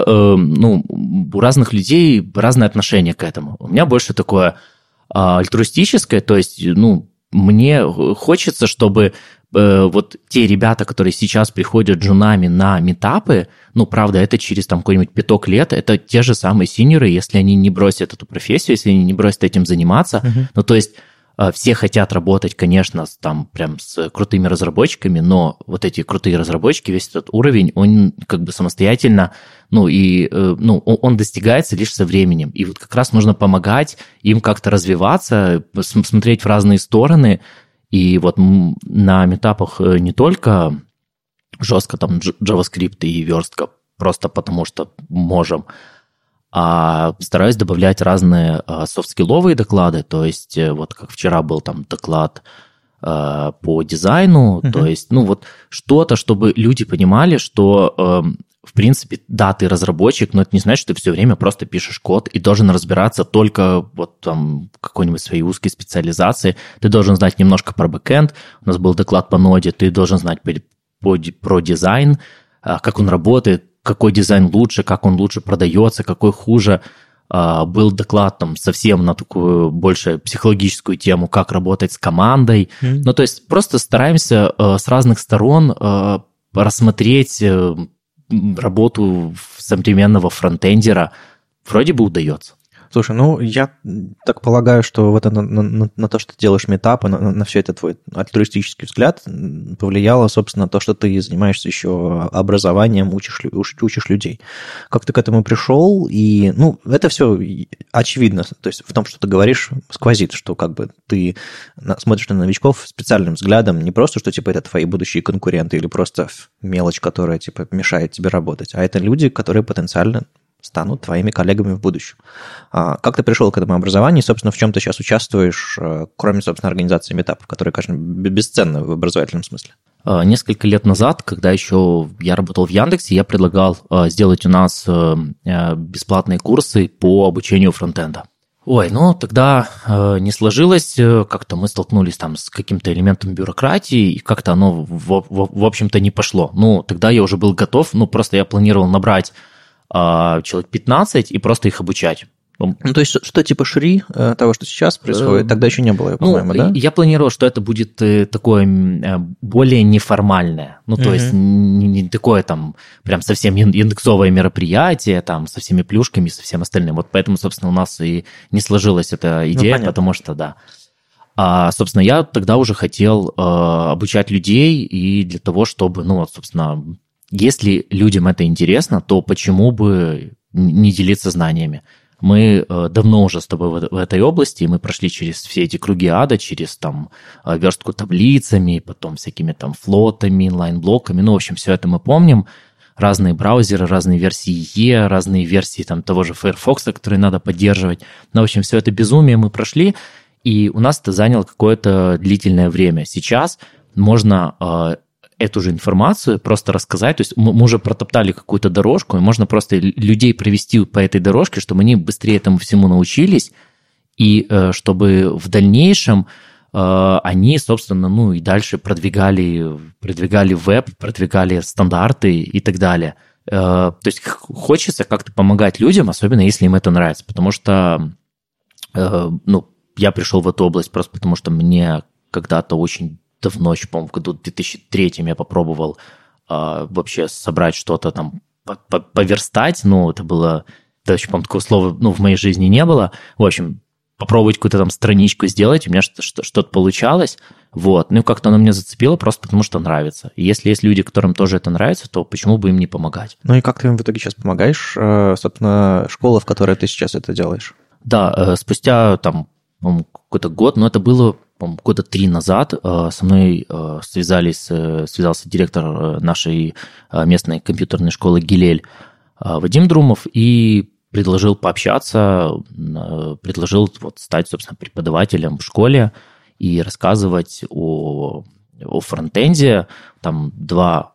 A: у разных людей разное отношение к этому. У меня больше такое альтруистическое, то есть, мне хочется, чтобы вот те ребята, которые сейчас приходят джунами на митапы, правда, это через там какой-нибудь 5 лет, это те же самые синьоры, если они не бросят эту профессию, если они не бросят этим заниматься. То есть все хотят работать, конечно, там прям с крутыми разработчиками, но вот эти крутые разработчики, весь этот уровень, он как бы самостоятельно, он достигается лишь со временем. И вот как раз нужно помогать им как-то развиваться, смотреть в разные стороны. И вот на митапах не только жестко там JavaScript и верстка, просто потому что можем, а стараюсь добавлять разные софт-скилловые доклады, то есть вот как вчера был там доклад по дизайну, то есть, вот что-то, чтобы люди понимали, что, в принципе, да, ты разработчик, но это не значит, что ты все время просто пишешь код и должен разбираться только вот там какой-нибудь своей узкой специализации, ты должен знать немножко про бэкэнд, у нас был доклад по ноде, ты должен знать про дизайн, как он работает, какой дизайн лучше, как он лучше продается, какой хуже. Был доклад там совсем на такую больше психологическую тему, как работать с командой. То есть просто стараемся с разных сторон рассмотреть работу современного фронтендера. Вроде бы удается.
B: Слушай, ну, я так полагаю, что вот на то, что ты делаешь митапы, на все это твой альтруистический взгляд повлияло, собственно, то, что ты занимаешься еще образованием, учишь людей. Как ты к этому пришел? И, ну, это все очевидно. То есть в том, что ты говоришь, сквозит, что как бы ты смотришь на новичков специальным взглядом, не просто, что, типа, это твои будущие конкуренты или просто мелочь, которая, типа, мешает тебе работать, а это люди, которые потенциально станут твоими коллегами в будущем. Как ты пришел к этому образованию, и, собственно, в чем ты сейчас участвуешь, кроме, собственно, организации митапов, которые, конечно, бесценны в образовательном смысле?
A: Несколько лет назад, когда еще я работал в Яндексе, я предлагал сделать у нас бесплатные курсы по обучению фронтенда. Ой, ну тогда не сложилось, как-то мы столкнулись там с каким-то элементом бюрократии, и как-то оно, в общем-то, не пошло. Ну, тогда я уже был готов, ну, просто я планировал набрать человек 15 и просто их обучать.
B: Ну, то есть, что типа шри того, что сейчас происходит, тогда еще не было, по-моему, да?
A: Я планировал, что это будет такое более неформальное. Ну, то есть, не такое там прям совсем индексовое мероприятие, там, со всеми плюшками, со всем остальным. Вот поэтому, собственно, у нас и не сложилась эта идея, потому что, да. Собственно, я тогда уже хотел обучать людей, и для того, чтобы, ну, вот, собственно, если людям это интересно, то почему бы не делиться знаниями? Мы давно уже с тобой в этой области, мы прошли через все эти круги ада, через там верстку таблицами, потом всякими там флотами, инлайн-блоками, ну, в общем, все это мы помним. Разные браузеры, разные версии E, разные версии там того же Firefox, которые надо поддерживать. Ну, в общем, все это безумие мы прошли, и у нас это заняло какое-то длительное время. Сейчас можно эту же информацию просто рассказать. То есть мы уже протоптали какую-то дорожку, и можно просто людей провести по этой дорожке, чтобы они быстрее этому всему научились, и чтобы в дальнейшем они, собственно, ну и дальше продвигали веб, продвигали стандарты и так далее. То есть хочется как-то помогать людям, особенно если им это нравится, потому что, ну, я пришел в эту область просто потому, что мне когда-то очень давно, еще, по-моему, в году 2003 я попробовал вообще собрать что-то там, поверстать, ну, это было, даже, по-моему, такого слова, ну, в моей жизни не было. В общем, попробовать какую-то там страничку сделать, у меня что-то получалось, вот. Ну, и как-то оно меня зацепило просто потому, что нравится. И если есть люди, которым тоже это нравится, то почему бы им не помогать?
B: Ну, и как ты им в итоге сейчас помогаешь? Собственно, школа, в которой ты сейчас это делаешь?
A: Да, спустя там, по-моему, какой-то год, но это было, по-моему, года 3 назад, со мной связался директор нашей местной компьютерной школы «Гилель» Вадим Друмов и предложил пообщаться, предложил вот стать, собственно, преподавателем в школе и рассказывать о фронтенде. Там два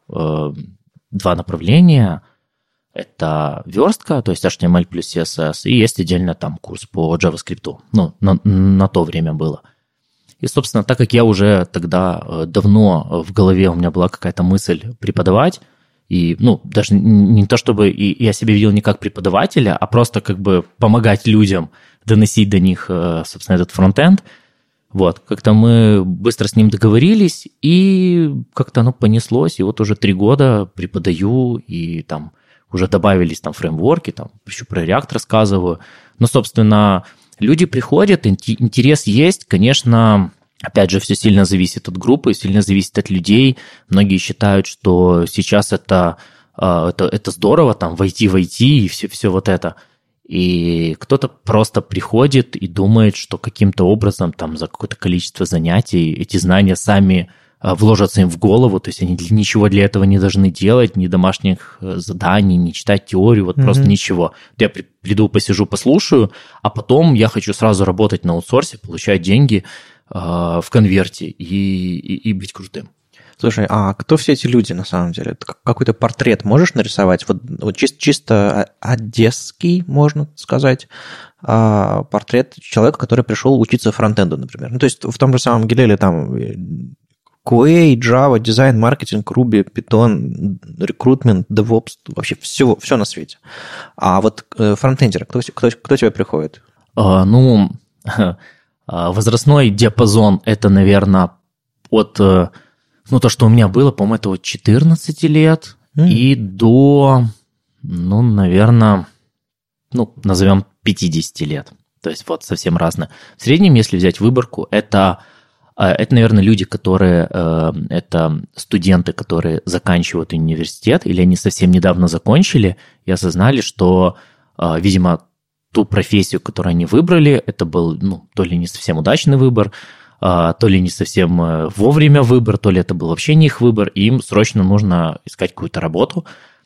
A: направления. Это верстка, то есть HTML плюс CSS, и есть отдельно там курс по JavaScript. Ну, на то время было. И, собственно, так как я уже тогда давно в голове у меня была какая-то мысль преподавать, и, ну, даже не то, чтобы я себя видел не как преподавателя, а просто как бы помогать людям доносить до них, собственно, этот фронтенд. Вот, как-то мы быстро с ним договорились, и как-то оно понеслось, и вот уже 3 года преподаю, и там уже добавились там фреймворки, там еще про React рассказываю. Но, собственно, люди приходят, интерес есть, конечно. Опять же, все сильно зависит от группы, сильно зависит от людей. Многие считают, что сейчас это здорово, там, войти и все вот это. И кто-то просто приходит и думает, что каким-то образом там за какое-то количество занятий эти знания сами вложатся им в голову, то есть они ничего для этого не должны делать, ни домашних заданий, ни читать теорию, вот просто ничего. Я приду, посижу, послушаю, а потом я хочу сразу работать на аутсорсе, получать деньги в конверте и быть крутым.
B: Слушай, а кто все эти люди на самом деле? Какой-то портрет можешь нарисовать? Вот чисто одесский, можно сказать, портрет человека, который пришел учиться фронтенду, например. Ну, то есть в том же самом Гилеле там QA, Java, дизайн, маркетинг, Ruby, Python, рекрутмент, DevOps, вообще все на свете. А вот фронтендер, кто тебе приходит?
A: Возрастной диапазон – это, наверное, от, то, что у меня было, по-моему, это от 14 лет и до, наверное, назовем 50 лет. То есть вот совсем разное. В среднем, если взять выборку, это, наверное, люди, которые, это студенты, которые заканчивают университет, или они совсем недавно закончили и осознали, что, видимо, ту профессию, которую они выбрали, это был, то ли не совсем удачный выбор, то ли не совсем вовремя выбор, то ли это был вообще не их выбор, и им срочно нужно искать какую-то работу.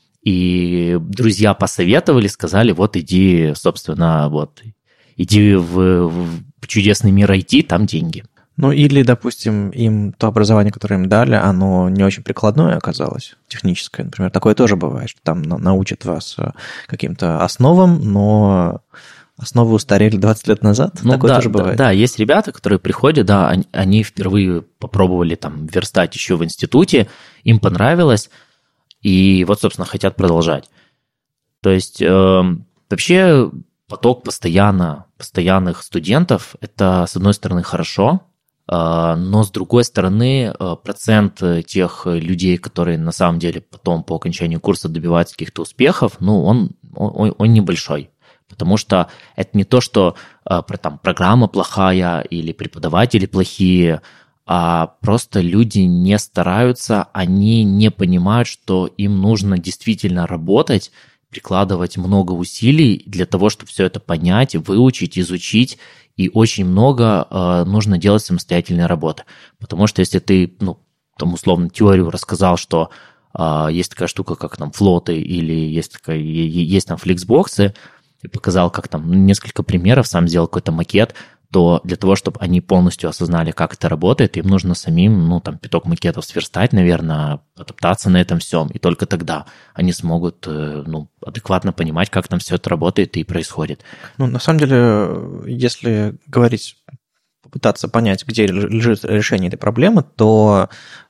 A: И друзья посоветовали, сказали, вот иди, собственно, вот, иди в чудесный мир IT, там деньги.
B: Ну, или, допустим, им то образование, которое им дали, оно не очень прикладное оказалось, техническое, например. Такое тоже бывает, что там научат вас каким-то основам, но основы устарели 20 лет назад. Такое тоже бывает.
A: Да, есть ребята, которые приходят, да, они впервые попробовали там верстать еще в институте, им понравилось, и вот, собственно, хотят продолжать. То есть вообще поток постоянных студентов – это, с одной стороны, хорошо, но, с другой стороны, процент тех людей, которые на самом деле потом по окончанию курса добиваются каких-то успехов, он небольшой. Потому что это не то, что там программа плохая или преподаватели плохие, а просто люди не стараются, они не понимают, что им нужно действительно работать, прикладывать много усилий для того, чтобы все это понять, выучить, изучить, и очень много нужно делать самостоятельной работы. Потому что если ты, там, условно, теорию рассказал, что есть такая штука, как там флоты, или есть там фликсбоксы, и показал, как там несколько примеров, сам сделал какой-то макет, то для того, чтобы они полностью осознали, как это работает, им нужно самим, там, пяток макетов сверстать, наверное, адаптаться на этом всем, и только тогда они смогут, адекватно понимать, как там все это работает и происходит.
B: На самом деле, если говорить, попытаться понять, где лежит решение этой проблемы, то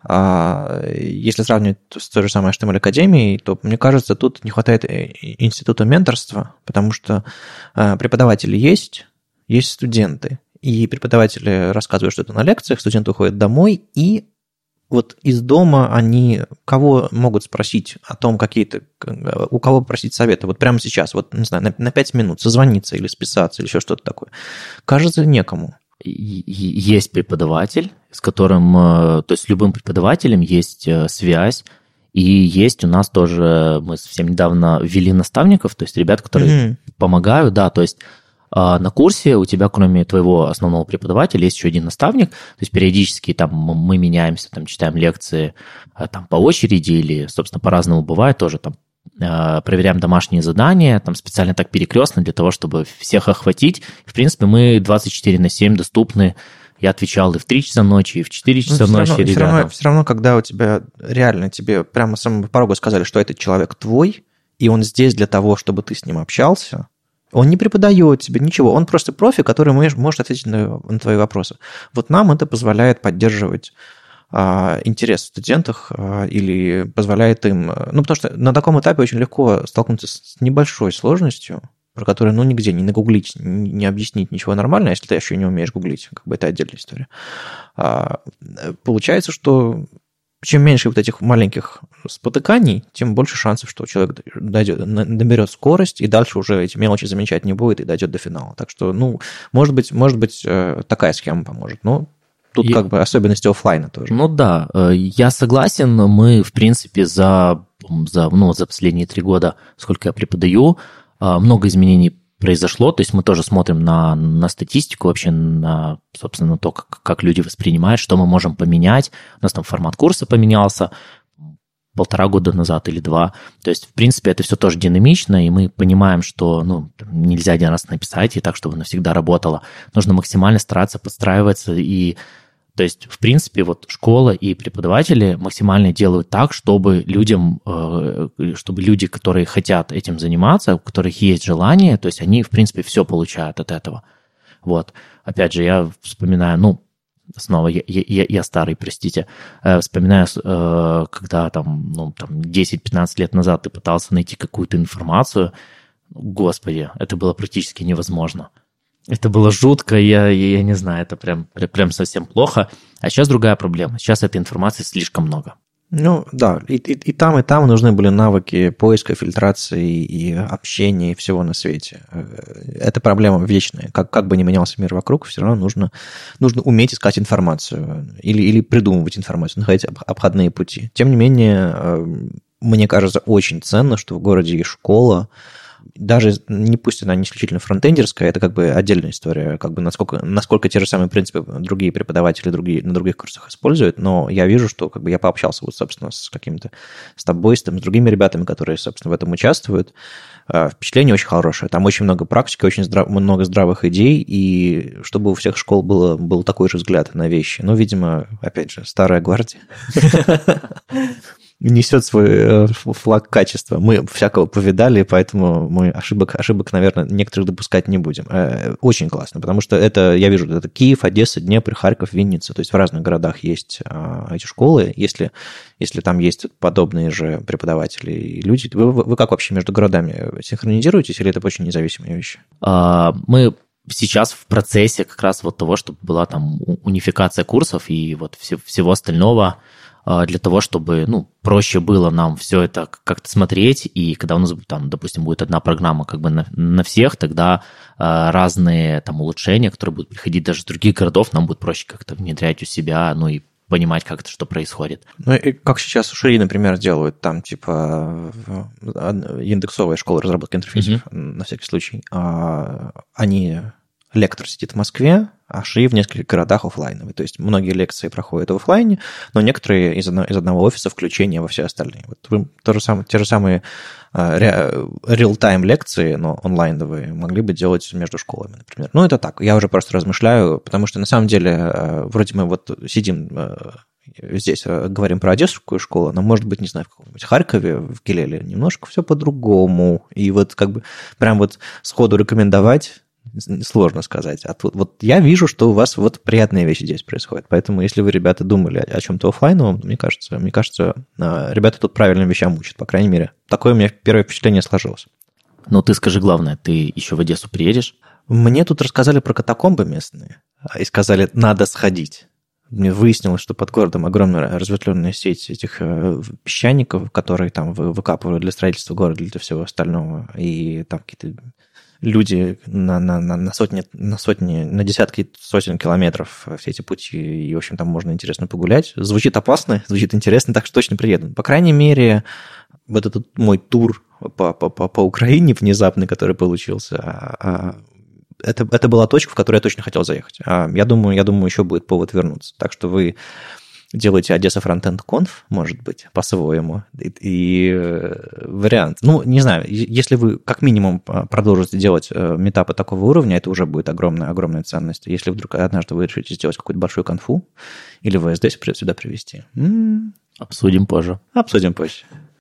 B: если сравнивать с той же самой HTML-академией, то, мне кажется, тут не хватает института менторства, потому что преподаватели есть студенты, и преподаватели рассказывают что-то на лекциях, студенты уходят домой, и вот из дома они кого могут спросить о том, у кого просить совета, вот прямо сейчас, вот, не знаю, на 5 минут созвониться или списаться, или еще что-то такое. Кажется, некому.
A: Есть преподаватель, с которым, то есть с любым преподавателем есть связь, и есть у нас тоже, мы совсем недавно ввели наставников, то есть ребят, которые помогают, да, то есть на курсе у тебя, кроме твоего основного преподавателя, есть еще один наставник, то есть периодически там мы меняемся, там читаем лекции там по очереди или, собственно, по-разному бывает тоже, там проверяем домашние задания, там специально так перекрестно для того, чтобы всех охватить. В принципе, мы 24/7 доступны. Я отвечал и в 3 часа ночи, и в 4 часа ночи ребятам.
B: Все равно, когда у тебя реально тебе прямо с самого порога сказали, что этот человек твой, и он здесь для того, чтобы ты с ним общался, он не преподает тебе ничего, он просто профи, который может ответить на твои вопросы. Вот нам это позволяет поддерживать интерес в студентах или позволяет им... потому что на таком этапе очень легко столкнуться с небольшой сложностью, про которую, нигде не нагуглить, не объяснить ничего нормально, если ты еще не умеешь гуглить, это отдельная история. Получается, что чем меньше вот этих маленьких спотыканий, тем больше шансов, что человек наберет скорость, и дальше уже эти мелочи замечать не будет и дойдет до финала. Так что, может быть, такая схема поможет. Но тут особенности офлайна тоже.
A: Да, я согласен. Мы, в принципе, за последние 3 года, сколько я преподаю, много изменений произошло. То есть мы тоже смотрим на статистику, вообще на, собственно, то, как люди воспринимают, что мы можем поменять. У нас там формат курса поменялся 1,5 года назад или 2. То есть, в принципе, это все тоже динамично, и мы понимаем, что нельзя один раз написать, и так, чтобы навсегда работало. Нужно максимально стараться подстраиваться и... То есть, в принципе, вот школа и преподаватели максимально делают так, чтобы люди, которые хотят этим заниматься, у которых есть желание, то есть они, в принципе, все получают от этого. Вот. Опять же, я вспоминаю, снова, я старый, простите, вспоминаю, когда там 10-15 лет назад ты пытался найти какую-то информацию, господи, это было практически невозможно. Это было жутко, я не знаю, это прям совсем плохо. А сейчас другая проблема. Сейчас этой информации слишком много.
B: Ну, да, и там нужны были навыки поиска, фильтрации и общения, и всего на свете. Это проблема вечная. Как бы ни менялся мир вокруг, все равно нужно уметь искать информацию или придумывать информацию, находить обходные пути. Тем не менее, мне кажется, очень ценно, что в городе есть школа, даже не пусть она не исключительно фронтендерская, это как бы отдельная история, как бы насколько те же самые принципы другие преподаватели на других курсах используют, но я вижу, что как бы я пообщался вот, собственно, с тобой, с другими ребятами, которые, собственно, в этом участвуют. Впечатление очень хорошее. Там очень много практики, очень много здравых идей, и чтобы у всех школ был такой же взгляд на вещи. Ну, видимо, опять же, старая гвардия несет свой флаг качества. Мы всякого повидали, поэтому мы ошибок, наверное, некоторых допускать не будем. Очень классно, потому что я вижу, это Киев, Одесса, Днепр, Харьков, Винница. То есть в разных городах есть эти школы. Если там есть подобные же преподаватели и люди, вы как вообще между городами синхронизируетесь, или это очень независимые вещи?
A: Мы сейчас в процессе как раз вот того, чтобы была там унификация курсов и вот всего остального, для того, чтобы, проще было нам все это как-то смотреть, и когда у нас там, допустим, будет одна программа как бы на всех, тогда разные там улучшения, которые будут приходить даже из других городов, нам будет проще как-то внедрять у себя, и понимать, как это что происходит.
B: Ну, и как сейчас у Шри, например, делают, там, типа, индексовая школа разработки интерфейсов, на всякий случай, лектор сидит в Москве, а Шри в нескольких городах офлайновый. То есть многие лекции проходят в офлайне, но некоторые из одного офиса включения во все остальные. Вот вы те же самые real-time лекции, но онлайновые, могли бы делать между школами, например. Ну, это так, я уже просто размышляю, потому что на самом деле вроде мы вот сидим здесь, говорим про одесскую школу, но, может быть, не знаю, в каком-нибудь Харькове, в Гилеле немножко все по-другому. И вот как бы прям вот сходу рекомендовать сложно сказать. А тут вот я вижу, что у вас вот приятные вещи здесь происходят. Поэтому, если вы, ребята, думали о чем-то офлайновом, мне кажется, ребята тут правильным вещам учат. По крайней мере, такое у меня первое впечатление сложилось.
A: Но ты скажи главное, ты еще в Одессу приедешь?
B: Мне тут рассказали про катакомбы местные и сказали, надо сходить. Мне выяснилось, что под городом огромная разветвленная сеть этих песчаников, которые там выкапывают для строительства города, для всего остального. И там какие-то люди на десятки сотен километров все эти пути, и, в общем, там можно интересно погулять. Звучит опасно, звучит интересно, так что точно приеду. По крайней мере, вот этот мой тур по Украине внезапный, который получился, это была точка, в которую я точно хотел заехать. Я думаю, еще будет повод вернуться. Так что вы делаете Одесса Frontend Conf, может быть, по-своему. И вариант. Не знаю, если вы как минимум продолжите делать митапы такого уровня, это уже будет огромная ценность. Если вдруг однажды вы решите сделать какую-то большую конфу или ВСД сюда привести.
A: Обсудим позже.
B: Обсудим позже.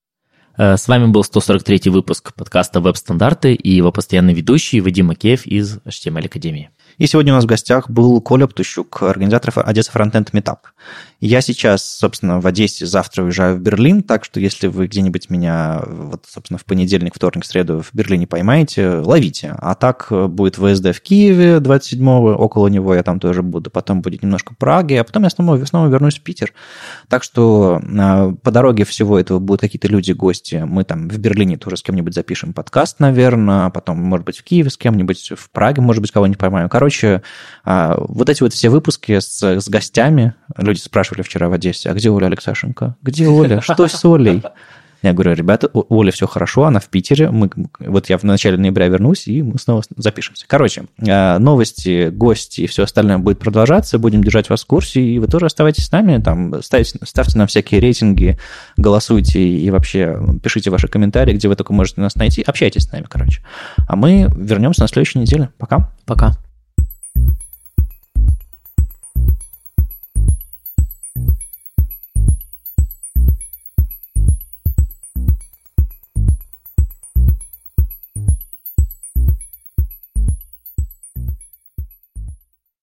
A: С вами был 143-й выпуск подкаста «Веб-стандарты» и его постоянный ведущий Вадим Макеев из HTML Академии.
B: И сегодня у нас в гостях был Коля Птущук, организатор Одесса Frontend Meetup. Я сейчас, собственно, в Одессе, завтра уезжаю в Берлин, так что если вы где-нибудь меня, собственно, в понедельник, вторник, среду в Берлине поймаете, ловите. А так будет ВСД в Киеве 27-го, около него я там тоже буду, потом будет немножко Праги, а потом я снова вернусь в Питер. Так что по дороге всего этого будут какие-то люди, гости. Мы там в Берлине тоже с кем-нибудь запишем подкаст, наверное, а потом, может быть, в Киеве с кем-нибудь, в Праге, может быть, кого-нибудь поймаю. Короче, вот эти вот все выпуски с гостями, люди спрашивали вчера в Одессе, а где Оля Алексашенко? Где Оля? Что с Олей? Я говорю, ребята, у Оли все хорошо, она в Питере. Вот я в начале ноября вернусь, и мы снова запишемся. Короче, новости, гости и все остальное будет продолжаться. Будем держать вас в курсе, и вы тоже оставайтесь с нами. Там, ставьте нам всякие рейтинги, голосуйте и вообще пишите ваши комментарии, где вы только можете нас найти. Общайтесь с нами, короче. А мы вернемся на следующей неделе. Пока.
A: Пока.